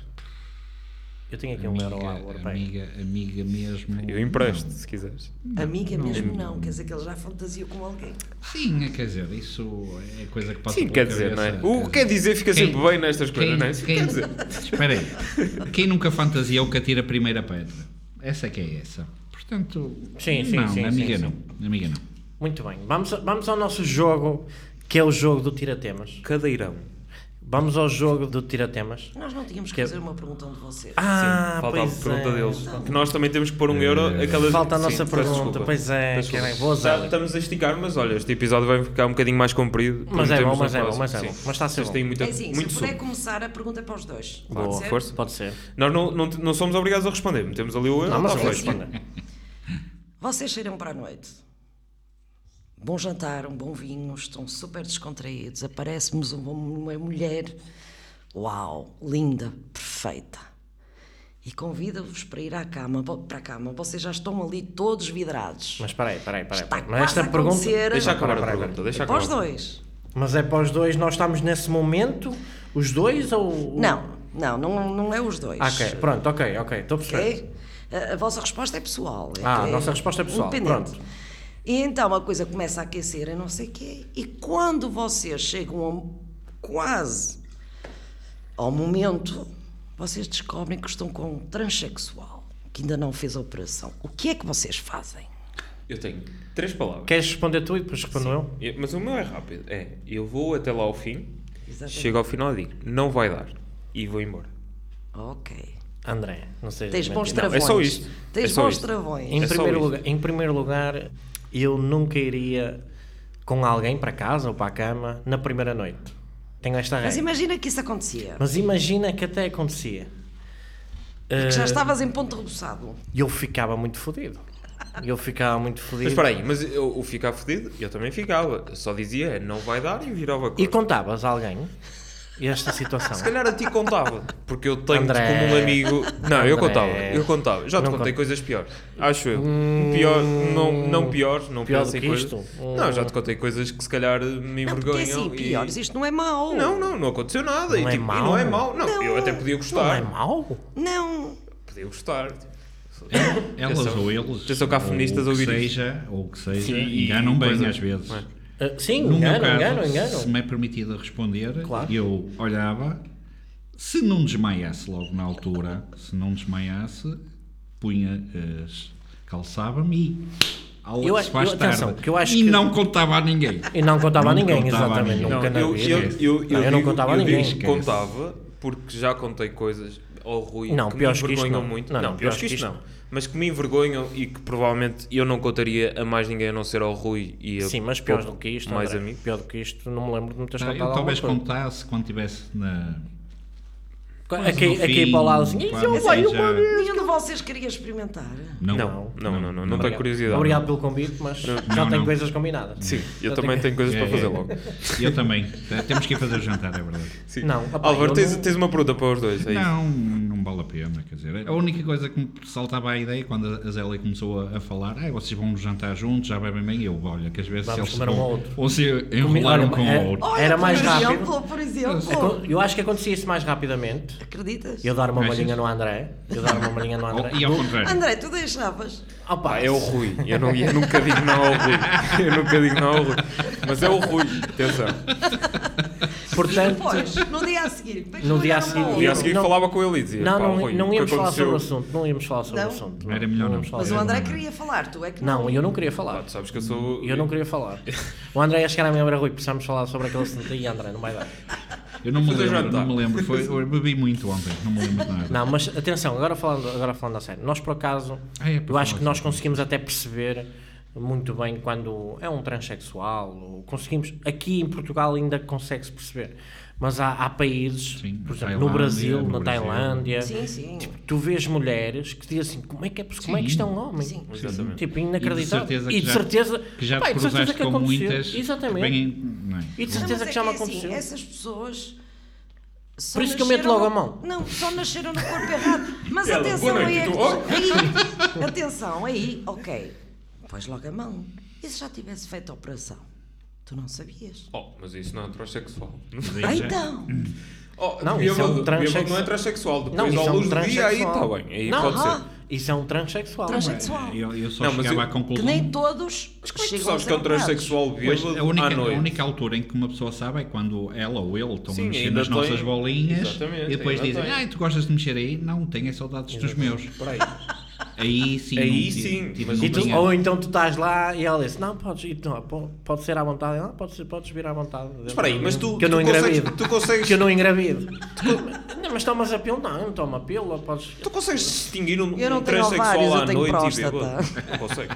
Eu tenho aqui um euro ao Álvaro, bem. amiga, amiga mesmo. Eu empresto, se quiseres. Amiga mesmo não, quer dizer que ele já fantasiou com alguém. Sim, quer dizer, isso é coisa que passa Sim, pela quer dizer, não é? cabeça. O que quer dizer fica Quem- sempre bem nestas coisas, quem- não é? Isso quem- quer dizer. Espera aí. Quem nunca fantasiou que atira a primeira pedra? Essa é que é essa. Portanto, Sim, sim, não, sim, amiga sim, não. Amiga não. Muito bem, vamos, vamos ao nosso jogo, que é o jogo do tira-temas. Cadeirão. Vamos ao jogo do tira-temas. Nós não tínhamos que Que é- fazer uma pergunta um de vocês. Ah, Sim, falta a pois pergunta é. deles. Que nós também temos que pôr um euro a cada... Falta a Sim, nossa peço pergunta, desculpa. pois é, Peço que desculpa. bem, boa Já Zélia. estamos a esticar, mas olha, este episódio vai ficar um bocadinho mais comprido. Mas é Prometemos bom, mas no é bom, próximo. mas é Sim. bom. Mas está a ser Vocês bom. têm muita, É assim, se muito eu puder sumo. começar, a pergunta é para os dois. Boa, Pode ser? força. Pode ser. Nós não, não, não somos obrigados a responder. Metemos ali o euro. Não, mas eu tá vou feito. responder. Vocês saíram para a noite. Bom jantar, um bom vinho, estão super descontraídos. Aparece-nos uma, uma mulher, uau, linda, perfeita. E convida-vos para ir à cama, para a cama. Vocês já estão ali todos vidrados. Mas espera aí, espera aí, espera aí. Está Mas quase esta a pergunta... acontecer. Deixa Não, acabar espera, a espera, pergunta. Deixa Para os acabar. dois. Mas é para os dois, nós estamos nesse momento, os dois ou... Não, não, não, não é os dois. Ah, ok, pronto, ok, ok, estou a perceber. Ok? A, a vossa resposta é pessoal. É Ah, que a nossa resposta é pessoal, independente. pronto. E então a coisa começa a aquecer, eu não sei o quê. E quando vocês chegam ao, quase ao momento, vocês descobrem que estão com um transexual, que ainda não fez a operação. O que é que vocês fazem? Eu tenho três palavras. Queres responder tu e depois respondo eu? Eu- Mas o meu é rápido. É, eu vou até lá ao fim, Exatamente. chego ao final e digo, não vai dar. E vou embora. Ok. André, não sei. Tens bons Não, é travões. só isto. Tens É só bons isto. travões. Em É só primeiro, isto. lugar, em primeiro lugar, eu nunca iria com alguém para casa ou para a cama na primeira noite. Tenho esta Mas regra. imagina que isso acontecia. Mas imagina que até acontecia. Que já Eh, estavas em ponto rebuçado. E eu ficava muito fodido. Eu ficava muito fodido. Mas espera aí, mas eu, eu ficar fodido, eu também ficava. Eu só dizia, é, não vai dar e virava a E coisa. contavas a alguém esta situação? Se calhar a ti contava, porque eu tenho André. como um amigo. Não, eu André. contava, eu contava. Já te Não contei conta. coisas piores, acho eu. Pior, não, não piores, não Pior do pensem que coisas. isto? Não, já te contei coisas que se calhar me Não, porque envergonham. assim, e- piores, isto não é mau. Não, não, não aconteceu nada. Não e, é tipo, e mau? não é mau. Não, Não. eu até podia Não gostar. é mau? Então, Não. Podia gostar. tipo, Elas Atenção. ou eles, Atenção que há feministas a ou o que ouvir isto. seja, ou o que seja, Sim, e- enganam bem pois é. às vezes. Não é? Ah, sim, No meu enganam, caso, enganam, enganam. se me é permitido responder, Claro. eu olhava, se não desmaiasse logo na altura, se não desmaiasse, punha, as- calçava-me e ao Eu se acho- faz eu- atenção, tarde. que eu acho e que- não contava a ninguém. E não contava a Não ninguém, contava a exatamente. ninguém. Nunca Não, na eu, vida. eu, eu, eu, Não, eu não digo- contava a eu ninguém. digo que contava porque já contei coisas ao Rui Não, que me piores que isto envergonham não. muito. Não, Não, não, piores que isto isto não. Mas que me envergonham e que provavelmente eu não contaria a mais ninguém a não ser ao Rui e a Sim, mas pior pouco do que isto, mais André, a mim. pior do que isto, não me lembro de me teres Ah, contado eu alguma talvez coisa. contasse quando estivesse na. Aqui, no aqui fim, para o lado assim, quando "Isso eu seja- leio uma vez." Nenhum de vocês queria experimentar. Não, Não, não, não, não, não, tenho Obrigado. curiosidade. Obrigado pelo convite, mas já Não, tenho não. coisas combinadas. Sim, eu Já também tenho- tenho coisas É, para fazer é. logo. Eu também. Temos que ir fazer o jantar, é verdade. Sim. Não, opá, Álvaro, eu tens, não- tens uma pergunta para os dois, é isso? Não, não vale a pena, quer dizer, a única coisa que me saltava a ideia quando a Zélia começou a, a falar, ah, vocês vão jantar juntos, já bebem bem, eu, olha, que às vezes Vamos eles comer um vão- ao outro. ou se enrolaram Olha, com é- o outro. Olha, Era por mais rápido. exemplo, por exemplo. Acon- Eu acho que acontecia isso mais rapidamente. Acreditas? Eu dar uma Achas? malhinha no André. Eu dar uma malhinha no André. E ao Do- contrário. André, tu deixavas? Opa, Pá, é o Rui. Eu, não, eu nunca digo não ao Rui. Eu nunca digo não ao Rui. Mas é o Rui. Atenção. portanto, Pois, no dia a seguir. depois No dia a mandaram seguir- para No o dia a outro. seguir Não. falava com ele e dizia: não, pá, não, Rui, não o que íamos falar sobre o aconteceu? assunto. Não íamos falar sobre o Não? assunto. Era melhor íamos não. falar Mas o sobre André assunto. queria falar, tu é que Não, não. eu não queria Pá, falar. tu sabes que eu sou. Eu não queria falar. O André ia chegar à minha beira, Rui, precisamos falar sobre aquele assunto aí, André, não vai dar. Eu não me Fazer lembro, jantar. não me lembro, foi, eu bebi muito ontem, não me lembro de nada. Não, mas atenção, agora falando, agora falando a sério, nós por acaso, Ah, é, por eu acho falar que nós sério. conseguimos até perceber muito bem quando é um transexual, ou conseguimos, aqui em Portugal ainda consegue-se perceber, mas há, há países, Sim, por na exemplo, no Tailândia, Brasil, no na Brasil. Tailândia, Sim, sim. tipo, tu vês mulheres que dizem assim, como é que, é, poss- como é que Sim. isto é um homem? Sim. Exatamente. Tipo, inacreditável. E de certeza E que de já- certeza Que já pá, te e de certeza cruzaste que com aconteceu. muitas. Exatamente. Bem, não é? E de Não, certeza mas é que já me é assim, aconteceu. essas pessoas. só Por isso que eu meto nasceram logo a no- mão. Não, só nasceram no corpo errado. Mas Ela, atenção boa noite, aí. e tu, oh? aí atenção, aí, ok. Pões logo a mão. E se já tivesse feito a operação? Tu não sabias. Oh, mas isso não é transexual. Mas Ah, aí já- então. Oh, Não, bêbado- isso é um bêbado transexual. não é transexual. Depois, Não, isso ao é um luz do dia, aí está transexual. bem. Aí Não, pode ah, ser. Isso é um transexual. Transexual. Eu, eu só Não, mas chegava eu- à Que conclusão. nem todos. Mas como é que tu chegam a sabes ser que é um operados. transexual Pois, bêbado a, única, à noite? a única altura em que uma pessoa sabe é quando ela ou ele estão Sim, a mexer ainda nas tem- nossas bolinhas Exatamente, e depois ainda dizem, tem. ai, tu gostas de mexer aí? Não, tenho é saudades dos meus. Por aí. Aí sim. Aí não tive- sim, tive- mas não E tu- tinha- ou então tu estás lá e ela diz, não, podes ir, não, po- pode ser à vontade. Não, podes, podes vir à vontade. Mas espera aí, mas tu, que eu não tu consegues, engravido. tu consegues, Que eu não engravido. Não, mas tomas a pílula? Não, eu não tomo a pílula. Podes... tu consegues distinguir um, Eu não um tenho transexual ovários, eu à tenho noite próstata. e bêbado? Não consegue.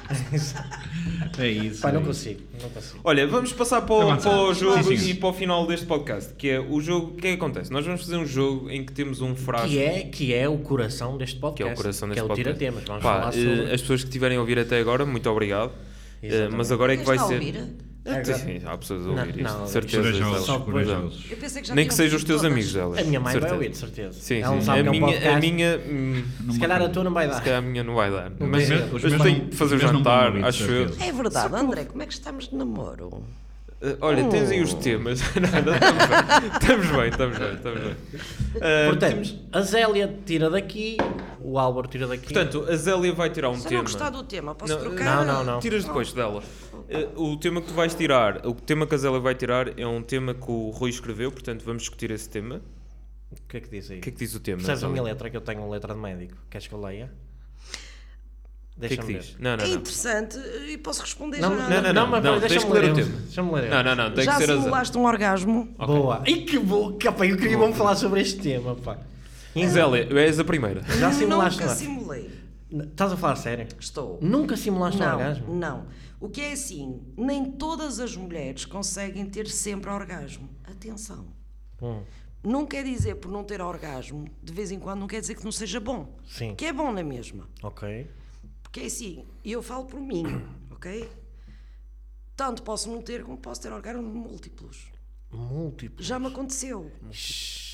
É isso. Pai, é não isso. consigo. Não consigo. Olha, vamos passar para o, Avançar. para o jogo Sim, sim. e para o final deste podcast, que é o jogo, o que é que acontece? Nós vamos fazer um jogo em que temos um frasco, Que é, que é o coração deste que podcast. é o coração que deste é o podcast. tira-temas. Vamos Pá, falar eh, sobre... as pessoas que estiverem a ouvir até agora, muito obrigado. Eh, Exatamente. mas agora é que vai Está a ser... ouvir? Eh, sim, há pessoas a Não, ouvir isto, não, de certeza. Corajosos, Só depois- corajosos. Eu pensei que já Nem que tinham sejam os teus todas. amigos delas. A minha mãe vai certeza. ouvir, de certeza. Sim, Ela não sim. sabe A que é um minha, a podcast. minha, hum, Não Se me calhar a acredito. tua não vai se dar. calhar a minha não vai dar. Não Mas, vai Os dar. mas meus tenho não- que fazer o os meus não vão jantar, ouvir, de acho eu. certeza. É verdade, André, como é que estamos de namoro? Eh, Olha, tens aí os temas. Não, não, estamos bem, estamos bem, estamos bem. Eh, Portanto, temos- a Zélia tira daqui, o Álvaro tira daqui. portanto, a Zélia vai tirar um Se eu tema. não gostar do tema, posso Não, trocar? não, não, não. Tiras depois dela. Eh, o tema que tu vais tirar, o tema que a Zélia vai tirar é um tema que o Rui escreveu, portanto vamos discutir esse tema. O que é que diz aí? O que é que diz o tema? Percebes a minha Zélia? letra que eu tenho letra de médico? Queres que eu leia? O que é que Deixa-me diz? ver. Não, não, É não. interessante e posso responder Não, já. não, não, não, mas não, deixa-me tens que ler ler o eu. tema. Deixa-me ler eu. Não, não, não, tem Já que ser a Zélia. simulaste um orgasmo? Boa. E que bom, que, pá, eu queria vamos falar sobre este tema, pá. Zélia, és a primeira. Já simulaste, Nunca não é? simulei. Estás a falar sério? Estou. Nunca simulaste um Não, orgasmo? não. O que é assim, nem todas as mulheres conseguem ter sempre orgasmo. Atenção. Hum, Não quer dizer por não ter orgasmo, de vez em quando não quer dizer que não seja bom. sim. Que é bom na mesma. Ok. Porque é assim, eu falo por mim, ok? Tanto posso não ter como posso ter orgasmo múltiplos. Múltiplo. Já me aconteceu. Shhh.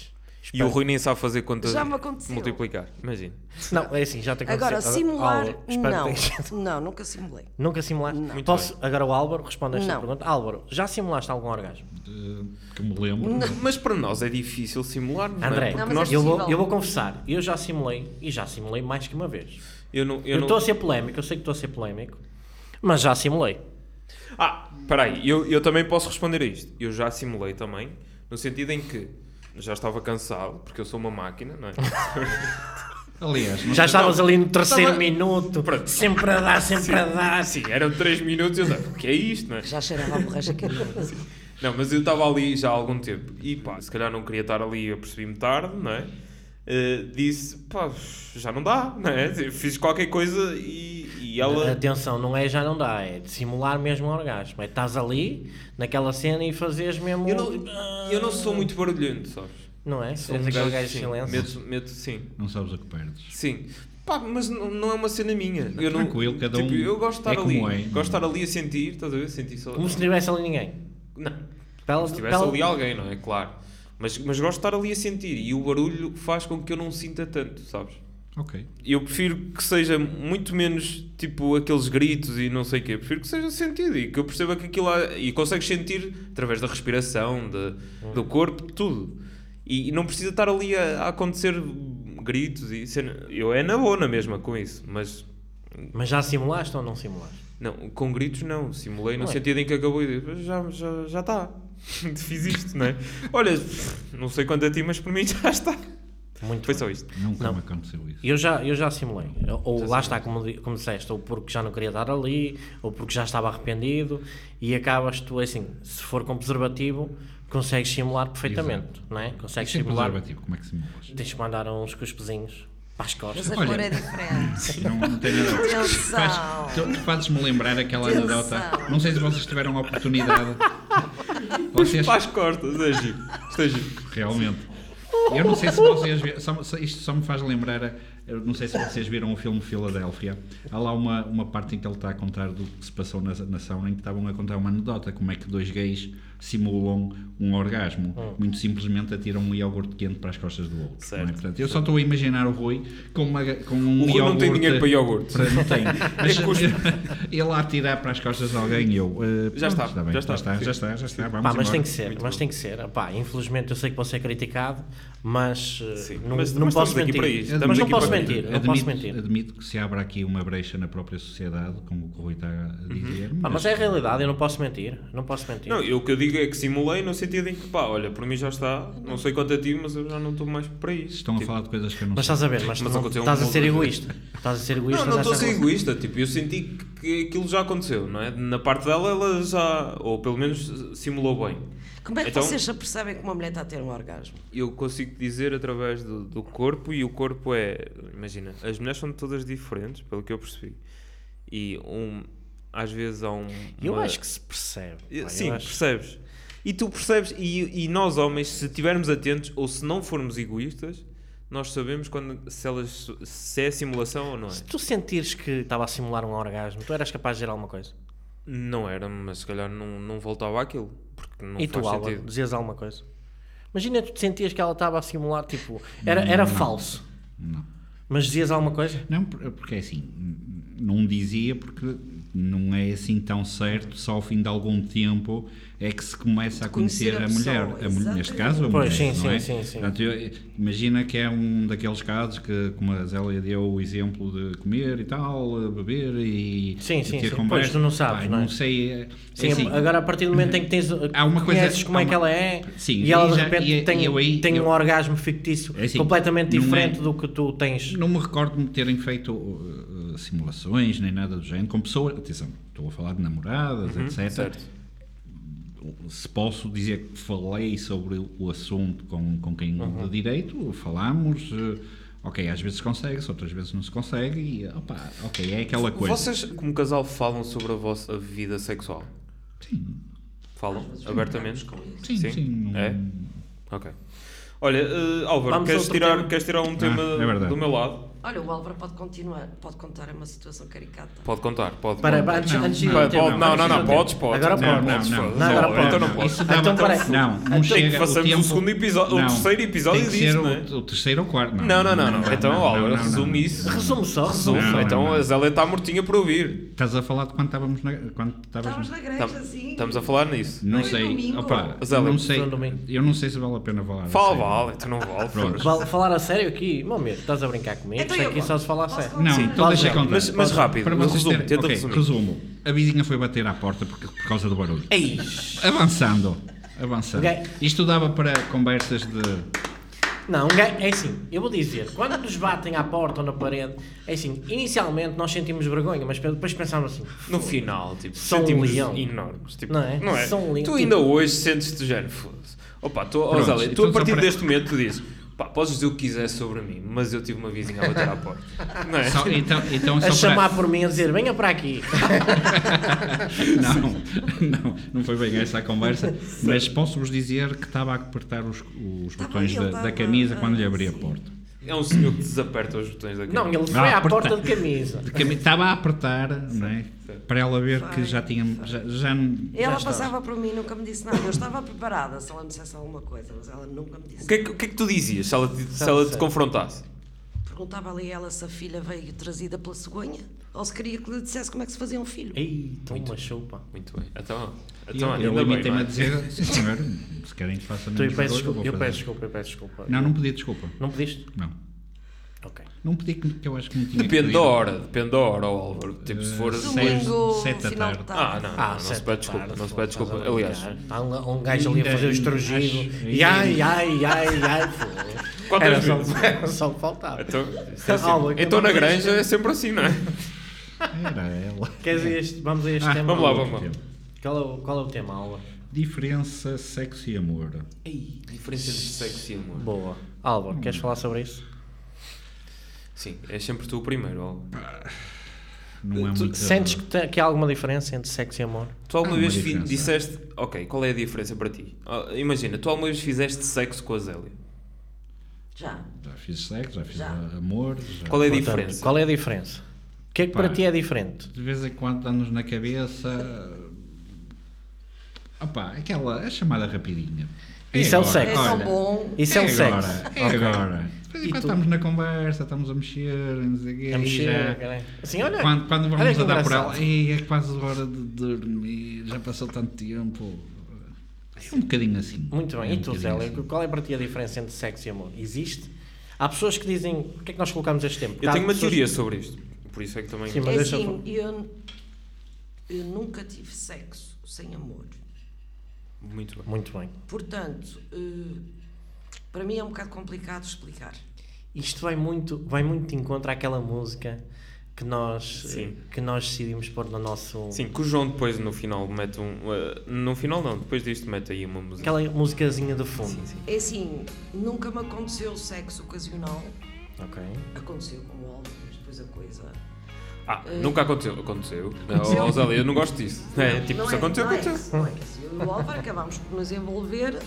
E o Rui nem sabe fazer contas Já me de aconteceu. multiplicar. Imagina. Não, é assim, já te aconteceu. Agora, simular, Álvaro, espero não. que tenhas- Não, nunca simulei. Nunca simulaste? Não. Muito Posso, agora o Álvaro responde a esta Não. pergunta. Álvaro, já simulaste algum orgasmo? De- que me lembro. Mas para nós é difícil simular, não é? André, Porque Não, mas nós, é eu, vou, possível. eu vou confessar, eu já simulei, e já simulei mais que uma vez. eu não... Eu Eu não... estou a ser polémico, eu sei que estou a ser polémico, mas já simulei. Ah, espera aí, eu, eu também posso responder a isto. Eu já simulei também, no sentido em que já estava cansado, porque eu sou uma máquina, não é? Aliás, não Já sei- estavas ali no terceiro Estava- minuto, Pronto. sempre a dar, sempre a dar. Sim, eram três minutos e eu dava, o que é isto, não é? Já cheirava a borracha queimada. Não, mas eu estava ali já há algum tempo e pá, se calhar não queria estar ali, eu percebi-me tarde, não é? Uh, disse, pá, já não dá, não é? Fiz qualquer coisa e, e ela... Atenção, não é já não dá, é de simular mesmo o orgasmo. É estás ali, naquela cena e fazes mesmo... Eu não, eu não sou muito barulhento, sabes? Não é? Sou És um aquele gajo, gajo de sim, silêncio. meto, meto, sim, Não sabes o que perdes. sim. Pá, mas não, não é uma cena minha. Eu não, Tranquilo, cada tipo, um eu gosto de estar é ali, como é. gosto de estar ali a sentir, estás a ver? Sentir só... Como se não tivesse ali ninguém. Não, Pela, se tivesse pela- ali alguém, não é? Claro. Mas, mas gosto de estar ali a sentir e o barulho faz com que eu não sinta tanto, sabes? Ok. Eu prefiro que seja muito menos tipo aqueles gritos e não sei o quê. Prefiro que seja sentido e que eu perceba que aquilo há, e consegues sentir através da respiração, de, do corpo, tudo. E, e não precisa estar ali a, a acontecer gritos e cena. Eu é na boa na mesma com isso, mas Mas já simulaste ou não simulaste? não, com gritos não. Simulei no Não é? sentido em que acabou e disse, já já já está. Fiz isto, não é? Olha, não sei quanto a ti, mas por mim já está. Muito Foi bem. só isto. Nunca Não. me aconteceu isso. Eu já, eu já simulei. Ou lá está, como, di- como disseste, ou porque já não queria estar ali, ou porque já estava arrependido, e acabas tu, assim, se for com preservativo, consegues simular perfeitamente, não é? Consegues E sem simular. preservativo, como é que simulas? Tens que mandar uns cuspezinhos para as Mas costas. a Olha. cor é diferente. Não, não tem nada a ver. Atenção. Faz- tu, tu fazes-me lembrar aquela Atenção. anedota. Não sei se vocês tiveram a oportunidade. Vocês, Para as costas, é giro. Isto é giro. realmente. Eu não sei se vocês viram, só, só- isto só me faz lembrar, a- eu não sei se vocês viram o filme Filadélfia. Há lá uma, uma parte em que ele está a contar do que se passou na, na sauna, em que estavam a contar uma anedota, como é que dois gays simulam um orgasmo, muito simplesmente atiram um iogurte quente para as costas do outro. Certo. Não é? Portanto, eu só estou a imaginar o Rui com, uma, com um O Rui não tem dinheiro para iogurte. Para- Não tem. Mas custo. ele a atirar para as costas de alguém e eu. eh, Já pronto, está, bem, já já está. está, já está, já está. Vamos Pá, mas embora. tem que ser, Muito mas bom. tem que ser. Pá, infelizmente eu sei que vou ser criticado, mas, eh, Sim, não, mas- não mas posso estamos aqui mentir. para isto, estamos Mas não aqui posso para mentir, isto. não posso mentir. Admito que se abre aqui uma brecha na própria sociedade, como o que o Rui está a dizer. Pá, mas é a realidade, eu não posso mentir. Não posso mentir. Não, eu, o que eu digo é que simulei no sentido em que, pá, olha, por mim já está, não sei quanto a ti, mas eu já não estou mais para isso. Estão a Tipo, falar de coisas que eu não Mas sei. estás a ver, mas, Mas tu não- aconteceu um estás a monte ser de egoísta. Estás a ser egoísta Não, não estou a nessa ser relação. egoísta, tipo, eu senti que, que aquilo já aconteceu, não é? Na parte dela, ela já, ou pelo menos simulou bem. Como é que Então- vocês se apercebem que uma mulher está a ter um orgasmo? Eu consigo dizer através do, do corpo, e o corpo é, imagina, as mulheres são todas diferentes, pelo que eu percebi. E um, às vezes há um. Eu uma- acho que se percebe. pá, eu Sim, acho- percebes? E tu percebes, e, e nós homens, se estivermos atentos ou se não formos egoístas, nós sabemos quando, se, elas, se é simulação ou não é. Se tu sentires que estava a simular um orgasmo, tu eras capaz de gerar alguma coisa? Não era, mas se calhar não, não voltava àquilo, porque não E tu, faz Álvaro, sentido. dizias alguma coisa? Imagina tu te sentias que ela estava a simular, tipo, era, era falso, Não. mas dizias alguma coisa? Não, por- porque é assim, não dizia porque não é assim tão certo, só ao fim de algum tempo é que se começa a conhecer, Conhecer a a, mulher, pessoa, a mulher, neste exatamente. caso a Pois, mulher, sim, não é? sim, sim, sim. Portanto, eu- imagina que é um daqueles casos que, como a Zélia deu o exemplo de comer e tal, beber e, Sim, e sim, ter sim. conversa. Pois, tu não sabes, Pá, não é? não sei, é, Sim, é assim, agora a partir do momento em que tens, há uma coisa- conheces como há é que uma- ela é, Sim, e ela e de já- repente e- tem, e eu aí- tem eu- um orgasmo fictício É assim, completamente não diferente é- do que tu tens. Não me recordo de me terem feito uh, simulações nem nada do género com pessoas, atenção, estou a falar de namoradas, etcétera. certo. Se posso dizer que falei sobre o assunto com, com quem Uhum. de direito, falámos, uh, ok, às vezes consegue-se, outras vezes não se consegue e, opa, ok, é aquela coisa. Vocês, como casal, falam sobre a vossa vida sexual? Sim, Falam abertamente? sim, sim. não- É? Ok. Olha, eh, Álvaro, Vamos a queres outro tirar, tema. queres tirar um tema é verdade. do meu lado? Olha, o Álvaro pode continuar, pode contar uma situação caricata. Pode contar, pode. Para, pode. antes, Não, antes de ir não, ao Pode, tema, pode, não, antes não, de ir não, ao tema. podes, podes. Agora Não, podes. não, não. Não, agora Então podes. não podes. Isso dava Então, para... peraí. Não, não Tem que chega façamos o tempo... o segundo episódio, o Não, terceiro episódio tem que disto, ser não é? o, o terceiro ou quarto. Não, não, não, não. Então, Álvaro, resume isso. Resume só, resume. Não, não, Então não. a Zélia está mortinha por ouvir. Estás a falar de quando estávamos na... Quando Estávamos estavas... na igreja, Tam- assim. Estamos a falar nisso. Não Foi sei, domingo. opa, Zé, eu não sei, foi domingo. eu não sei se vale a pena falar. a Fala, sério. vale, tu não vale. Pronto. Val- Falar a sério aqui? Meu amigo, estás a brincar comigo? Então Isto eu aqui conto. só se fala a Posso sério. contar? Não, Sim, então pode deixa ser. contar. Mas, mas rápido, Para vocês resume, terem... tenta ok, resumir. resumo. A vizinha foi bater à porta porque, por causa do barulho. Ei, Avançando. Avançando. Ok. Isto dava para conversas de... não, um gajo- é assim, eu vou dizer, quando nos batem à porta ou na parede, é assim, inicialmente nós sentimos vergonha, mas depois pensámos assim, No final, tipo, São um sentimos leão. enormes. Tipo, Não é? São um leão. Tu Tipo- ainda hoje sentes-te do género, foda-se. Opa, tu, oh, Pronto, Zélia, tu então a partir só para- deste momento tu dizes, pá, podes dizer o que quiser sobre mim, mas eu tive uma vizinha a bater à porta. Não é? Só- então, então, a só chamar para... por mim a dizer, venha para aqui. Não, não, não foi bem essa a conversa, mas posso-vos dizer que estava a apertar os, os Estava- botões ele da, estava- da camisa quando lhe ah, abri a sim. porta. É um senhor que desaperta os botões da Não, cama. ele foi Ah, à apertar. porta de camisa. De cami- Estava a apertar, não é? Para ela ver que Foi, já tinha. Já, já, Ela Já passava por mim e nunca me disse nada. Eu estava preparada se ela me dissesse alguma coisa, mas ela nunca me disse O que, é que, o que é que tu dizias se ela, te- se ela te sei. confrontasse? Perguntava ali ela se a filha veio trazida pela cegonha ou se queria que lhe dissesse como é que se fazia um filho. Ei, toma chupa. Muito bem. Então, eu, então eu ainda bem, limitei-me não é? a dizer, sim senhor, se querem que faça Tu, eu menos peço barulho, desculpa, vou eu fazer. peço desculpa, eu peço desculpa. Não, não pedi desculpa. Não pediste? Não. Ok. Não pedi que que eu acho que não tinha que Depende pedir. da hora, depende da hora, ó, Álvaro. Tipo, se for... Eh, Ah, seis- Domingo, sete da final tarde. de tarde. não, não, Ah, não se sete pede da desculpa, tarde, não se pede estás desculpa. a Aliás, brincar. Há um, um gajo ali a fazer o Ainda- estrugido. acho- E ai, ai, ai, ai. foda-se. Quantas Era só, vezes? era só o que faltava. então, isso é assim. Álvaro, Então na vamos a granja este- é sempre assim, não é? Era ela. Queres a este, vamos a este Ah, tema? vamos lá, Álvaro? vamos lá. Qual é o, qual é o tema, Álvaro? Diferença, sexo e amor. Ei, diferença entre sexo e amor. Boa. Álvaro, queres falar sobre isso? Sim, é sempre tu o primeiro, Álvaro. Não é Tu muito. Sentes que, te- que há alguma diferença entre sexo e amor? Tu alguma Há uma vez fi- diferença. disseste... Ok, qual é a diferença para ti? Ah, imagina, tu alguma vez fizeste sexo com a Zélia. Já. Já fiz sexo, já fiz Já. amor. Já... Qual é a Portanto, diferença? qual é a diferença? O que é que Pá. para ti é diferente? De vez em quando dá-nos na cabeça. Opa, aquela. A chamada rapidinha. Isso é o agora, sexo. É tão olha, bom. Isso é, o agora, sexo. É agora. De vez em E quando tu? estamos na conversa, estamos a mexer, não sei o quê. A e mexer, já- caralho. Assim, olha. Quando, quando olha vamos que a dar por engraçado. ela, "Ei, é quase hora de dormir, já passou tanto tempo. É um bocadinho assim. Muito bem. É um E tu, bocadinho Zélia, assim. qual é para ti a diferença entre sexo e amor? Existe? Há pessoas que dizem... Porquê é que nós colocamos este tempo? Eu Há tenho uma pessoas- teoria sobre isto. Por isso é que também... Sim, mas É deixa eu assim, falar. eu, eu nunca tive sexo sem amor. Muito bem. Muito bem. Portanto, eh, para mim é um bocado complicado explicar. Isto vai muito, vai muito de encontro àquela música que nós, Sim. que nós decidimos pôr no nosso... Sim, que o João depois no final mete um... eh, no final não, depois disto mete aí uma música. Aquela musicazinha de fundo. Sim, sim. É assim, nunca me aconteceu sexo ocasional. Ok. Aconteceu com o Álvaro, mas depois a coisa... Ah, nunca aconteceu. Aconteceu. Aconteceu. Não, Zélia, eu não gosto disso. É, tipo, não se é, aconteceu, não é, aconteceu. não é que assim, eu e o Álvaro acabámos por nos envolver.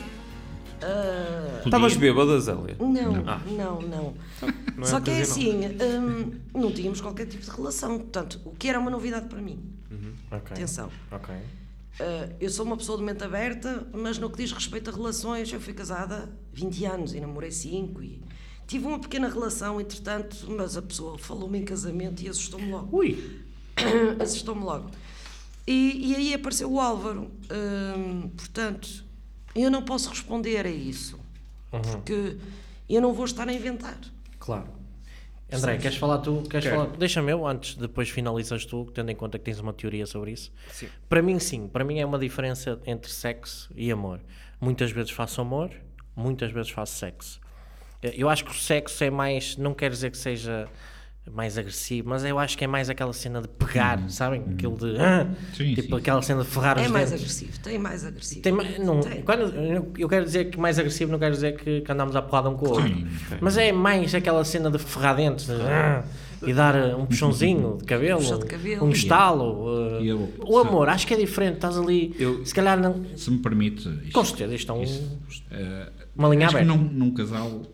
ah, Estavas bêbada, Zélia? não, Ah. não, não. Não Só que é ocasional. assim, hum, não tínhamos qualquer tipo de relação. Portanto, o que era uma novidade para mim. Ok. Atenção. Ok. Ah, eu sou uma pessoa de mente aberta, mas no que diz respeito a relações, eu fui casada há vinte anos e namorei cinco e tive uma pequena relação, entretanto, mas a pessoa falou-me em casamento e assustou-me logo. Ui! Assustou-me logo. E, e aí apareceu o Álvaro. Hum, portanto, eu não posso responder a isso, Uhum. porque eu não vou estar a inventar. Claro. André, queres falar tu? Queres Quero. falar? Deixa-me eu, antes, depois finalizas tu, tendo em conta que tens uma teoria sobre isso. Sim. Para mim, sim. Para mim é uma diferença entre sexo e amor. Muitas vezes faço amor, muitas vezes faço sexo. Eu acho que o sexo é mais... Não quer dizer que seja mais agressivo, mas eu acho que é mais aquela cena de pegar, sabem? Aquilo de... ah, Sim, tipo sim, aquela cena de ferrar É os mais dentes. agressivo, tem mais agressivo. Tem mais- não, Tem. quando, eu- eu quero dizer que mais agressivo não quero dizer que, que andamos à porrada um com o outro. Sim. Mas é mais aquela cena de ferrar dentes de, ah, e dar uh, um puxãozinho de cabelo, Puxão de cabelo. um estalo. uh, E eu- o amor, acho que é diferente. Estás ali, Eu- se calhar não. Se me permite. Isto, Com certeza, isto é um, eh, uma linha acho aberta. que num, num casal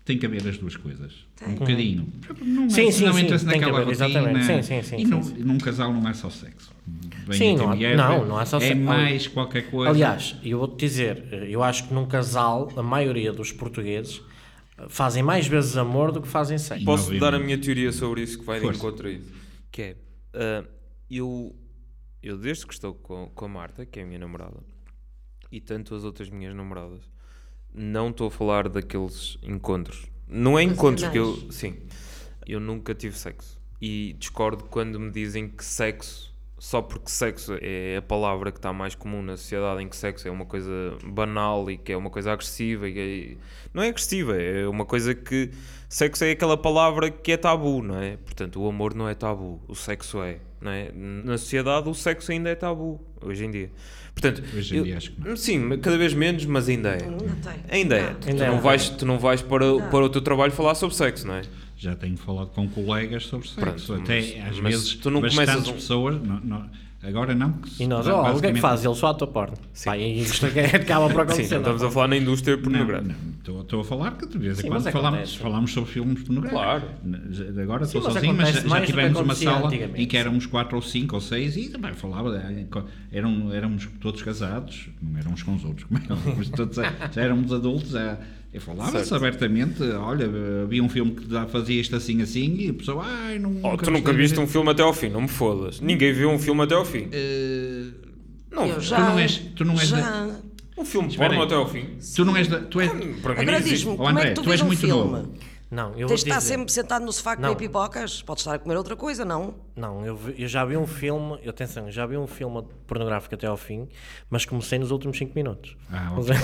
tem que haver as duas coisas. Tem. Um bocadinho. Não, Sim, sim, não sim, entra-se tem que naquela haver, rotina. exatamente. Sim, sim, sim, e num, sim, sim. num casal não é só sexo. Bem Sim, a não há- mulher, não, não é só É sexo. mais qualquer coisa. Aliás, eu vou-te dizer, eu acho que num casal, a maioria dos portugueses fazem mais vezes amor do que fazem sexo. Posso Obviamente. dar a minha teoria sobre isso que vai de Força. encontro a isso? Que é, ah, eu, eu desde que estou com, com a Marta, que é a minha namorada, e tanto as outras minhas namoradas, não estou a falar daqueles encontros. Não é encontros que eu... Sim. Eu nunca tive sexo. E discordo quando me dizem que sexo, só porque sexo é a palavra que está mais comum na sociedade, em que sexo é uma coisa banal e que é uma coisa agressiva. E é, não é agressiva, é uma coisa que... Sexo é aquela palavra que é tabu, não é? Portanto, o amor não é tabu, o sexo é, não é? Na sociedade o sexo ainda é tabu, hoje em dia. Portanto, Hoje em eu- dia acho que não. sim, cada vez menos, mas ainda é. Ainda tem. Ainda é. Não. Tu, Ainda é não um vais, tu não vais para, para o teu trabalho falar sobre sexo, não é? Já tenho falado com colegas sobre sexo. Pronto, Até mas- às mas vezes tu não bastantes começas um- pessoas. Não, não, agora não. que E nós, ba- oh, o que é que basicamente- faz? Ele só atua porno. Pá, e isto é que acaba por Sim, acontecer. não estamos a falar na indústria Não, pornográfica. não. Estou, estou a falar que de vez em Sim, quando mas falamos, acontece. falamos sobre filmes pornográficos. Claro. N- Agora Sim, estou mas sozinho, mas acontece já mais do que tivemos uma acontecia sala antigamente, em que sim. éramos quatro ou cinco ou seis e também falava, eh, eram, éramos todos casados, não eram uns com os outros, como é óbvio, mas todos já já éramos adultos, já, eu falava-se Certo. abertamente, olha, havia um filme que dá- fazia isto assim assim e a pessoa, ai, não... Oh, tu nunca gostei viste de- um filme até ao fim, não me fodas. Ninguém viu um filme até ao fim. Eh, Não, Eu tu já. não és, tu não és da- já. um filme Espera porno aí. até ao fim. tu não és da, tu és, Para mim não Agora existe. diz-me, Oh, como André, é que tu, tu vês és um muito filme? novo. Não, eu vou Tens de estar dizer. sempre sentado no sofá a comer Não. pipocas? Podes estar a comer outra coisa, não? Não, eu, vi- eu já vi um filme, eu, atenção, já vi um filme pornográfico até ao fim, mas comecei nos últimos cinco minutos. Ah, ok.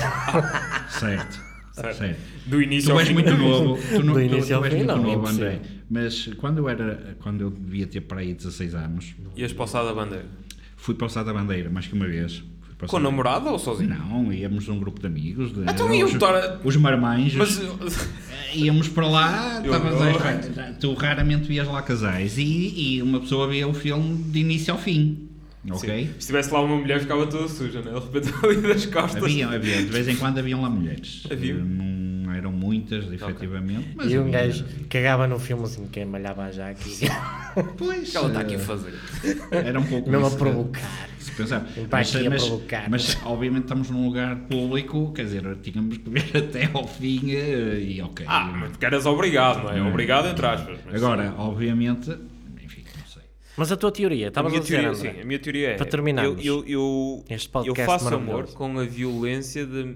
certo, certo. Do início Tu ao és fim. muito novo, tu, não, Do tu, início tu ao és fim, muito não, novo, impossível. André. Mas quando eu era, quando eu devia ter para aí dezasseis anos, Ias para o Sá da Bandeira. fui para o Sá da Bandeira, mais que uma vez. Fui para o Com a Sá da- namorada ou sozinho? Não, íamos num grupo de amigos. De, Então iam os, botar a- os marmanjos. Mas Eh, íamos para lá, Eu estavas adoro. a- tu raramente vias lá casais e, e uma pessoa via o filme de início ao fim. Ok? sim, se tivesse lá uma mulher ficava toda suja, né? De repente ali das costas. Havia, havia, de vez em quando haviam lá mulheres. Havia? Eh, Não eram muitas, efetivamente. Mas E um havia. gajo cagava no filme assim, quem malhava já aqui. Pois, O que ela está aqui a eh, fazer? Era um pouco Mesmo a isso que- provocar. se pensar. Vai Mas, aqui a mas, provocar. mas, obviamente estamos num lugar público, quer dizer, tínhamos que ver até ao fim eh, e ok. Ah, mas porque eras obrigado, não é? Obrigado entre aspas. mas- Agora, obviamente, enfim, não sei. Mas a tua teoria, A estavas a minha, dizer, teoria, André? sim, a minha teoria é... Para terminarmos eu, eu, eu, este eu podcast faço amor maravilhoso. com a violência de,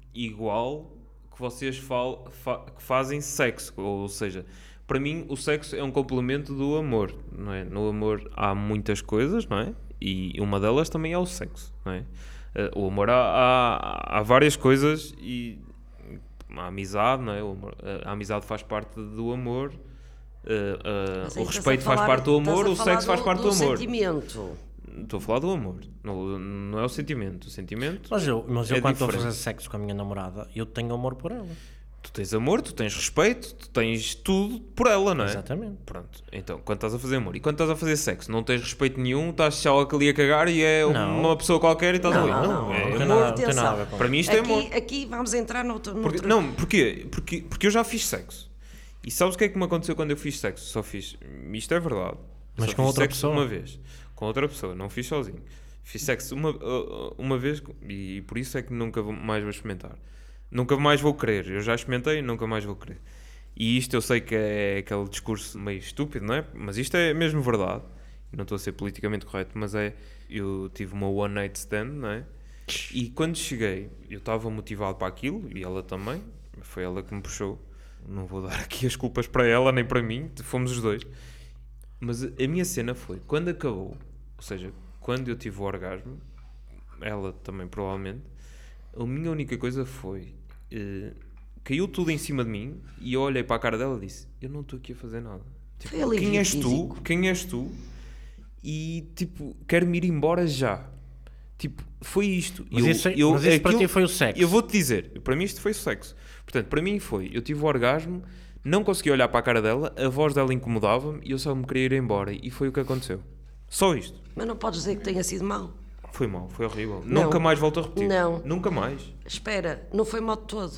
igual que vocês fal, fa, que fazem sexo. Ou seja, para mim o sexo é um complemento do amor, não é? No amor há muitas coisas, não é? E uma delas também é o sexo, não é? Eh, o amor há, há, há várias coisas e a amizade, não é? O amor- a amizade faz parte do amor. Uh, uh, Mas o aí estás respeito a faz falar- parte do estás amor, a o falar sexo faz parte do, amor. sentimento. Estou a falar do amor, não, não é o sentimento. O sentimento, Mas eu, mas eu É quando estou a diferente. fazer sexo com a minha namorada, eu tenho amor por ela. tu tens amor, tu tens respeito, tu tens tudo por ela, não é? Exatamente. Pronto, então, quando estás a fazer amor e quando estás a fazer sexo, não tens respeito nenhum, estás só ali a cagar e é Não. uma pessoa qualquer e estás Não, ali. não, é não tem amor. nada- não tem nada a ver com Para mim isto é amor. Aqui, aqui vamos entrar noutro... Porque, noutro- não, porquê? Porque, porque eu já fiz sexo. E sabes o que é que me aconteceu quando eu fiz sexo? Só fiz, isto é verdade. Mas Só com fiz outra sexo pessoa? uma vez. Com outra pessoa, não fiz sozinho. Fiz sexo uma, uh, uma vez e por isso é que nunca vou- mais vou experimentar. Nunca mais vou querer. Eu já experimentei e nunca mais vou querer. E isto eu sei que é aquele discurso meio estúpido, não é? Mas isto é mesmo verdade. Não estou a ser politicamente correto, mas é... Eu tive uma one night stand, não é? E quando cheguei, eu estava motivado para aquilo e ela também. Foi ela que me puxou. Não vou dar aqui as culpas para ela nem para mim. Fomos os dois. Mas a a minha cena foi, quando acabou, ou seja, quando eu tive o orgasmo, ela também provavelmente, a minha única coisa foi, eh, caiu tudo em cima de mim e eu olhei para a cara dela e disse, eu não estou aqui a fazer nada. Tipo, Foi alívio quem és físico. tu? Quem és tu? E tipo, quero-me ir embora já. Tipo, foi isto. Mas Eu- isso, é- eu- mas isso para aquilo- ti foi o sexo. eu vou-te dizer, para mim isto foi sexo. Portanto, para mim foi, eu tive o orgasmo, não consegui olhar para a cara dela, a voz dela incomodava-me e eu só me queria ir embora. E foi o que aconteceu. Só isto. Mas não podes dizer que tenha sido mau. Foi mal, foi horrível. Não. Nunca mais volto a repetir. Não. Nunca mais. Espera, não foi mau de todo. Foi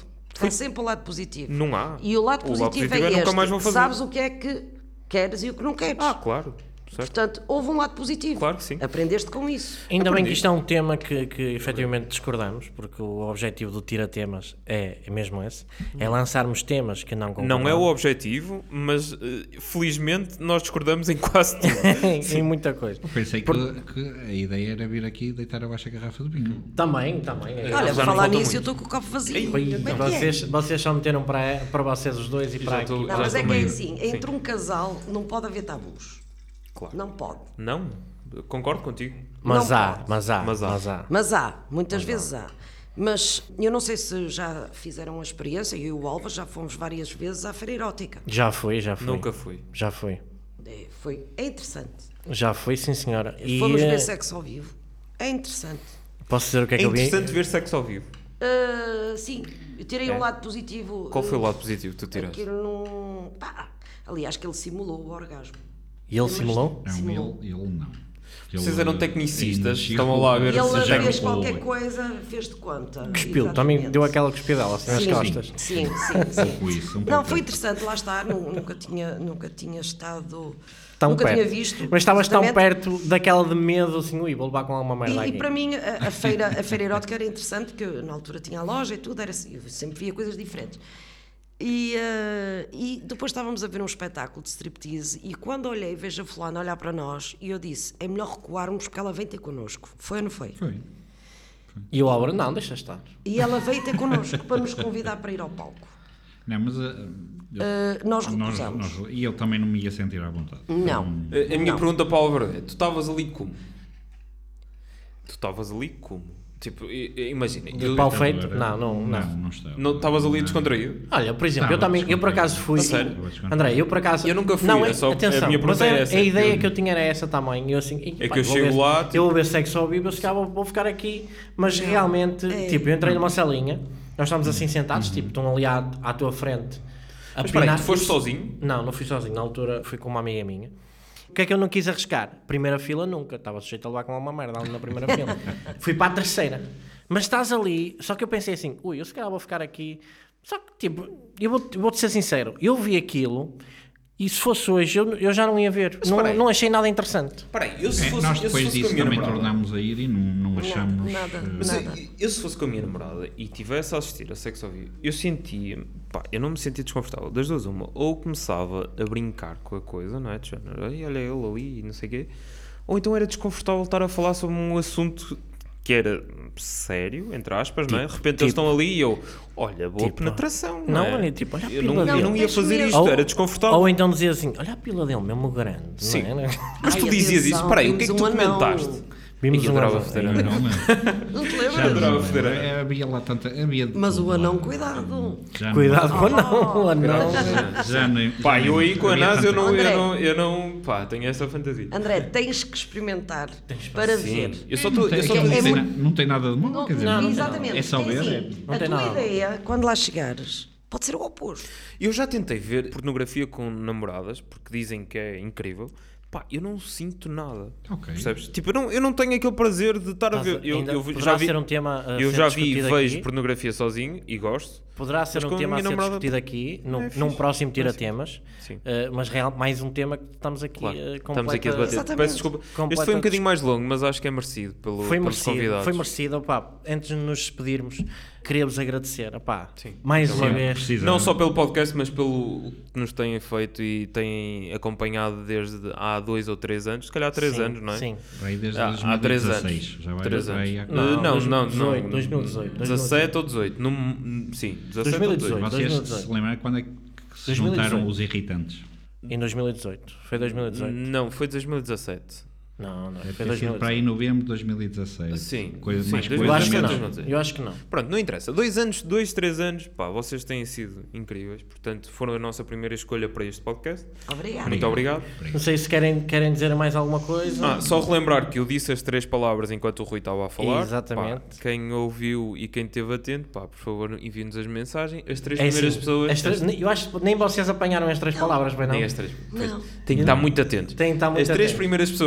Há sempre o lado positivo. Não há. E o lado O positivo, lado positivo é é nunca este. mais vou fazer. Sabes o que é que queres e o que não queres. Ah, claro. Certo. Portanto, houve um lado positivo. Claro que sim. Aprendeste com isso. Ainda bem Aprendi. que isto é um tema que, que efetivamente discordamos, porque o objetivo do Tira-Temas é, é mesmo esse, é lançarmos temas que não concordamos. Não é o objetivo, mas eh, felizmente nós discordamos em quase tudo. em muita coisa. Pensei que, que a ideia era vir aqui e deitar abaixo a garrafa de vinho. Também, também. É. Olha, já por não falar falta nisso, muito. eu estou com o copo vazio. Oi, Como é que é? vocês, vocês só meteram para, para vocês os dois e Já para aqui. estou- Não, já mas é estou que é meio- assim, Sim. entre um casal não pode haver tabus. Claro. Não pode. Não, concordo contigo. Mas Não há, pode. mas há, Mas há. mas há. Mas há, muitas vezes há. Mas eu não sei se já fizeram a experiência, eu e o Álvaro já fomos várias vezes à feira erótica. Já foi, já foi. Nunca fui. Já foi. É, foi, é interessante. Já foi, sim senhora. E Fomos eh, ver sexo ao vivo. É interessante. posso dizer o que é É que eu vi? interessante ver sexo ao vivo. Ah, sim, eu tirei É. um lado positivo. Qual foi o uh, lado positivo que tu tiraste? Aquilo não. Pá, aliás, que ele simulou o orgasmo. E ele simulou? Não, Simulou. ele, ele não. Ele, Vocês eram eh, tecnicistas, encheu- estavam lá a ver E se ele já fez colou. qualquer coisa, fez de conta. Cuspiu, também Exatamente. deu aquela cuspidela assim nas Sim, costas. Sim, sim, Um sim. pouco isso, um Não, pouco foi isso. interessante, lá está. nu- Nunca tinha, nunca tinha estado. Tão nunca perto. tinha visto. Mas estavas tão exatamente. perto daquela de medo, assim, ui, vou levar com alguma merda E, aqui. e para mim a, a feira, a feira erótica era interessante, porque eu, na altura tinha a loja e tudo, era assim, eu sempre via coisas diferentes. E, eh, e depois estávamos a ver um espetáculo de striptease e quando olhei, vejo a fulana olhar para nós e eu disse, é melhor recuarmos porque ela vem ter connosco. Foi ou não foi? Foi. E o Álvaro, não, deixa estar. E ela veio ter connosco para nos convidar para ir ao palco. Não, mas eh, eu- Eh, nós nós, recusamos. nós- e eu também não me ia sentir à vontade. Não. A a minha Não. pergunta para o Álvaro é: tu estavas ali como? Tu estavas ali como? Tipo, i- i- imagina, De eu- pau feito? Agora, Não, não, não. Não, não estava. não estavas ali descontraído? Olha, por exemplo, Estava eu também, eu por acaso fui. A sério? Estava descontraído. André, eu por acaso. Eu nunca fui, Não, é só- a atenção, minha mas pergunta a, é essa, a ideia eu- que eu tinha era essa também. Eu assim, "Ih, É pá, que eu vou chego ver- lá, tipo- Eu vou ver sexo ao vivo, eu se calhar vou, vou ficar aqui. Mas realmente, é. tipo, eu entrei numa salinha, nós estávamos assim sentados, tipo, estão ali à, à tua frente. A Mas espera aí, pinar- tu foste sozinho? Não, não fui sozinho. Na altura fui com uma amiga minha. O que é que eu não quis arriscar? Primeira fila nunca. Estava sujeito a levar com uma merda ali na primeira fila. Fui para a terceira. Mas estás ali, só que eu pensei assim, ui, eu se calhar vou ficar aqui. Só que, tipo, eu vou- eu vou-te ser sincero, eu vi aquilo e se fosse hoje eu, eu já não ia ver. Não, espera aí. não achei nada interessante. Espera aí, eu se É, fosse, nós eu se depois fosse com a disso minha também namorada- tornámos a ir e não, não achamos. nada, eh, Mas nada. eu, eu se fosse com a minha namorada e tivesse a assistir a sexo ao vivo, eu sentia, pá, eu não me sentia desconfortável. Das duas, uma, ou começava a brincar com a coisa, não é? De género, "Ai, olha ele ali e não sei o quê. Ou então era desconfortável estar a falar sobre um assunto que era sério, entre aspas, não é? De repente eles tipo- estão ali e eu, olha, boa tipo, penetração. não, é? olha, tipo, olha a eu pila não, dele. eu não ia Deixa-me fazer ver. isto, Ou- era desconfortável. Ou então dizias assim, olha a pila dele, mesmo grande. Sim. Não é? Mas tu Ai, dizias isso, atenção, espera aí, o que é que vimos tu um anão. comentaste? Vimos Eu um adorava anão. foder Eu anão. não lembro. Não te Já lembras? não adorava lembro. foder. É, havia lá tanta. Havia de Mas tudo o lá. anão, cuidado. Já não- Cuidado com o anão. O anão. Já nem, Pá, já eu nem- aí com a havia NASA eu tanta- não, André. eu não, eu não, pá, tenho essa fantasia. André, tens que experimentar para Sim, ver. eu só Não estou, tem, eu só é- estou a não, é tem dizer, muito- na- não tem nada de mal, Não, quer dizer, não, não- exatamente. é só tem ver. assim, é- Não a tem tua nada. ideia, quando lá chegares, pode ser o oposto. eu já tentei ver pornografia com namoradas, porque dizem que é incrível. Pá, eu não sinto nada. Ok. Percebes? Tipo, eu não, eu não tenho aquele prazer de estar a ver. Eu, Ainda eu poderá já vi, ser um tema a eu ser já vi e discutido vejo aqui. pornografia sozinho e gosto. Poderá ser Mas um com a tema a minha ser namorada- discutido aqui, num, É num fixe. próximo É Tira-Temas, Sim. eh, mas real, mais um tema que estamos aqui Claro. eh, Estamos aqui a completa- debater. Exatamente. Peço desculpa. Este Completa foi um bocadinho mais longo, mas acho que é merecido pelo, Foi pelos merecido, convidados. foi merecido. Opá, antes de nos despedirmos, queria-vos agradecer. Opá, Sim. mais Sim, uma vez. precisa. Não só pelo podcast, mas pelo que nos têm feito e têm acompanhado desde há dois ou três anos, se calhar há três Sim, anos, não é? Sim. Vai desde Há, há três anos. dois mil e dezasseis. Já vai, Três vai anos. há- Não, Uh, não, dois mil e não, dezoito, não. dois mil e dezoito, dezassete ou dezoito. Num, sim, dezassete ou dois mil e dezoito. dezoito. Vocês dois mil e dezoito. se lembram quando é que se dois mil e juntaram dezoito. os irritantes? Em dois mil e dezoito. Foi dois mil e dezoito. Não, foi dois mil e dezassete. Não, não. Deve Foi ter sido para aí em dois mil e dezoito. novembro de dois mil e dezasseis. Sim, Coisa, sim, mais dois Eu mil e acho que dezoito, não. dois mil e dezoito. Eu acho que não. Pronto, não interessa. Dois anos, dois, três anos, pá, vocês têm sido incríveis. Portanto, foram a nossa primeira escolha para este podcast. Obrigado. Muito obrigado. Não sei se querem, querem dizer mais alguma coisa. Ah, só relembrar que eu disse as três palavras enquanto o Rui estava a falar. Exatamente. Pá, quem ouviu e quem esteve atento, pá, por favor, enviem-nos as mensagens. As três É primeiras assim, pessoas. as três- eu acho que nem vocês apanharam as três palavras, bem não? Nem as três. Não. Tem que estar muito atento. Tem que estar muito As três atento. primeiras pessoas que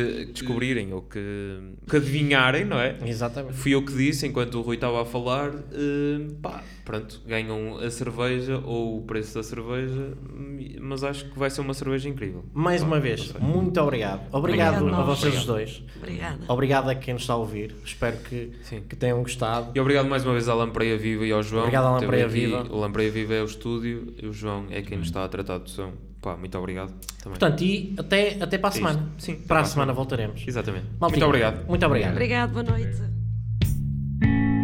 que descobrirem ou que, que adivinharem, não é? Exatamente. Fui eu que disse, enquanto o Rui estava a falar, uh, pá, pronto, ganham a cerveja ou o preço da cerveja, mas acho que vai ser uma cerveja incrível. Mais Pá, uma não vez, sei. muito obrigado. Obrigado, Obrigado, a nós. vocês os dois. Obrigada. Obrigado a quem nos está a ouvir. Espero que, Sim. que tenham gostado. E obrigado mais uma vez à Lampreia Viva e ao João. Obrigado à que Lampreia esteve aqui. Viva. O Lampreia Viva é o estúdio e o João é quem nos está a tratar do som. Pá, muito obrigado também. Portanto, e até, até para a É semana. isto. Sim, Para a até semana voltaremos. Exatamente. Maltinha, Muito obrigado. Muito obrigado. Obrigado, boa noite.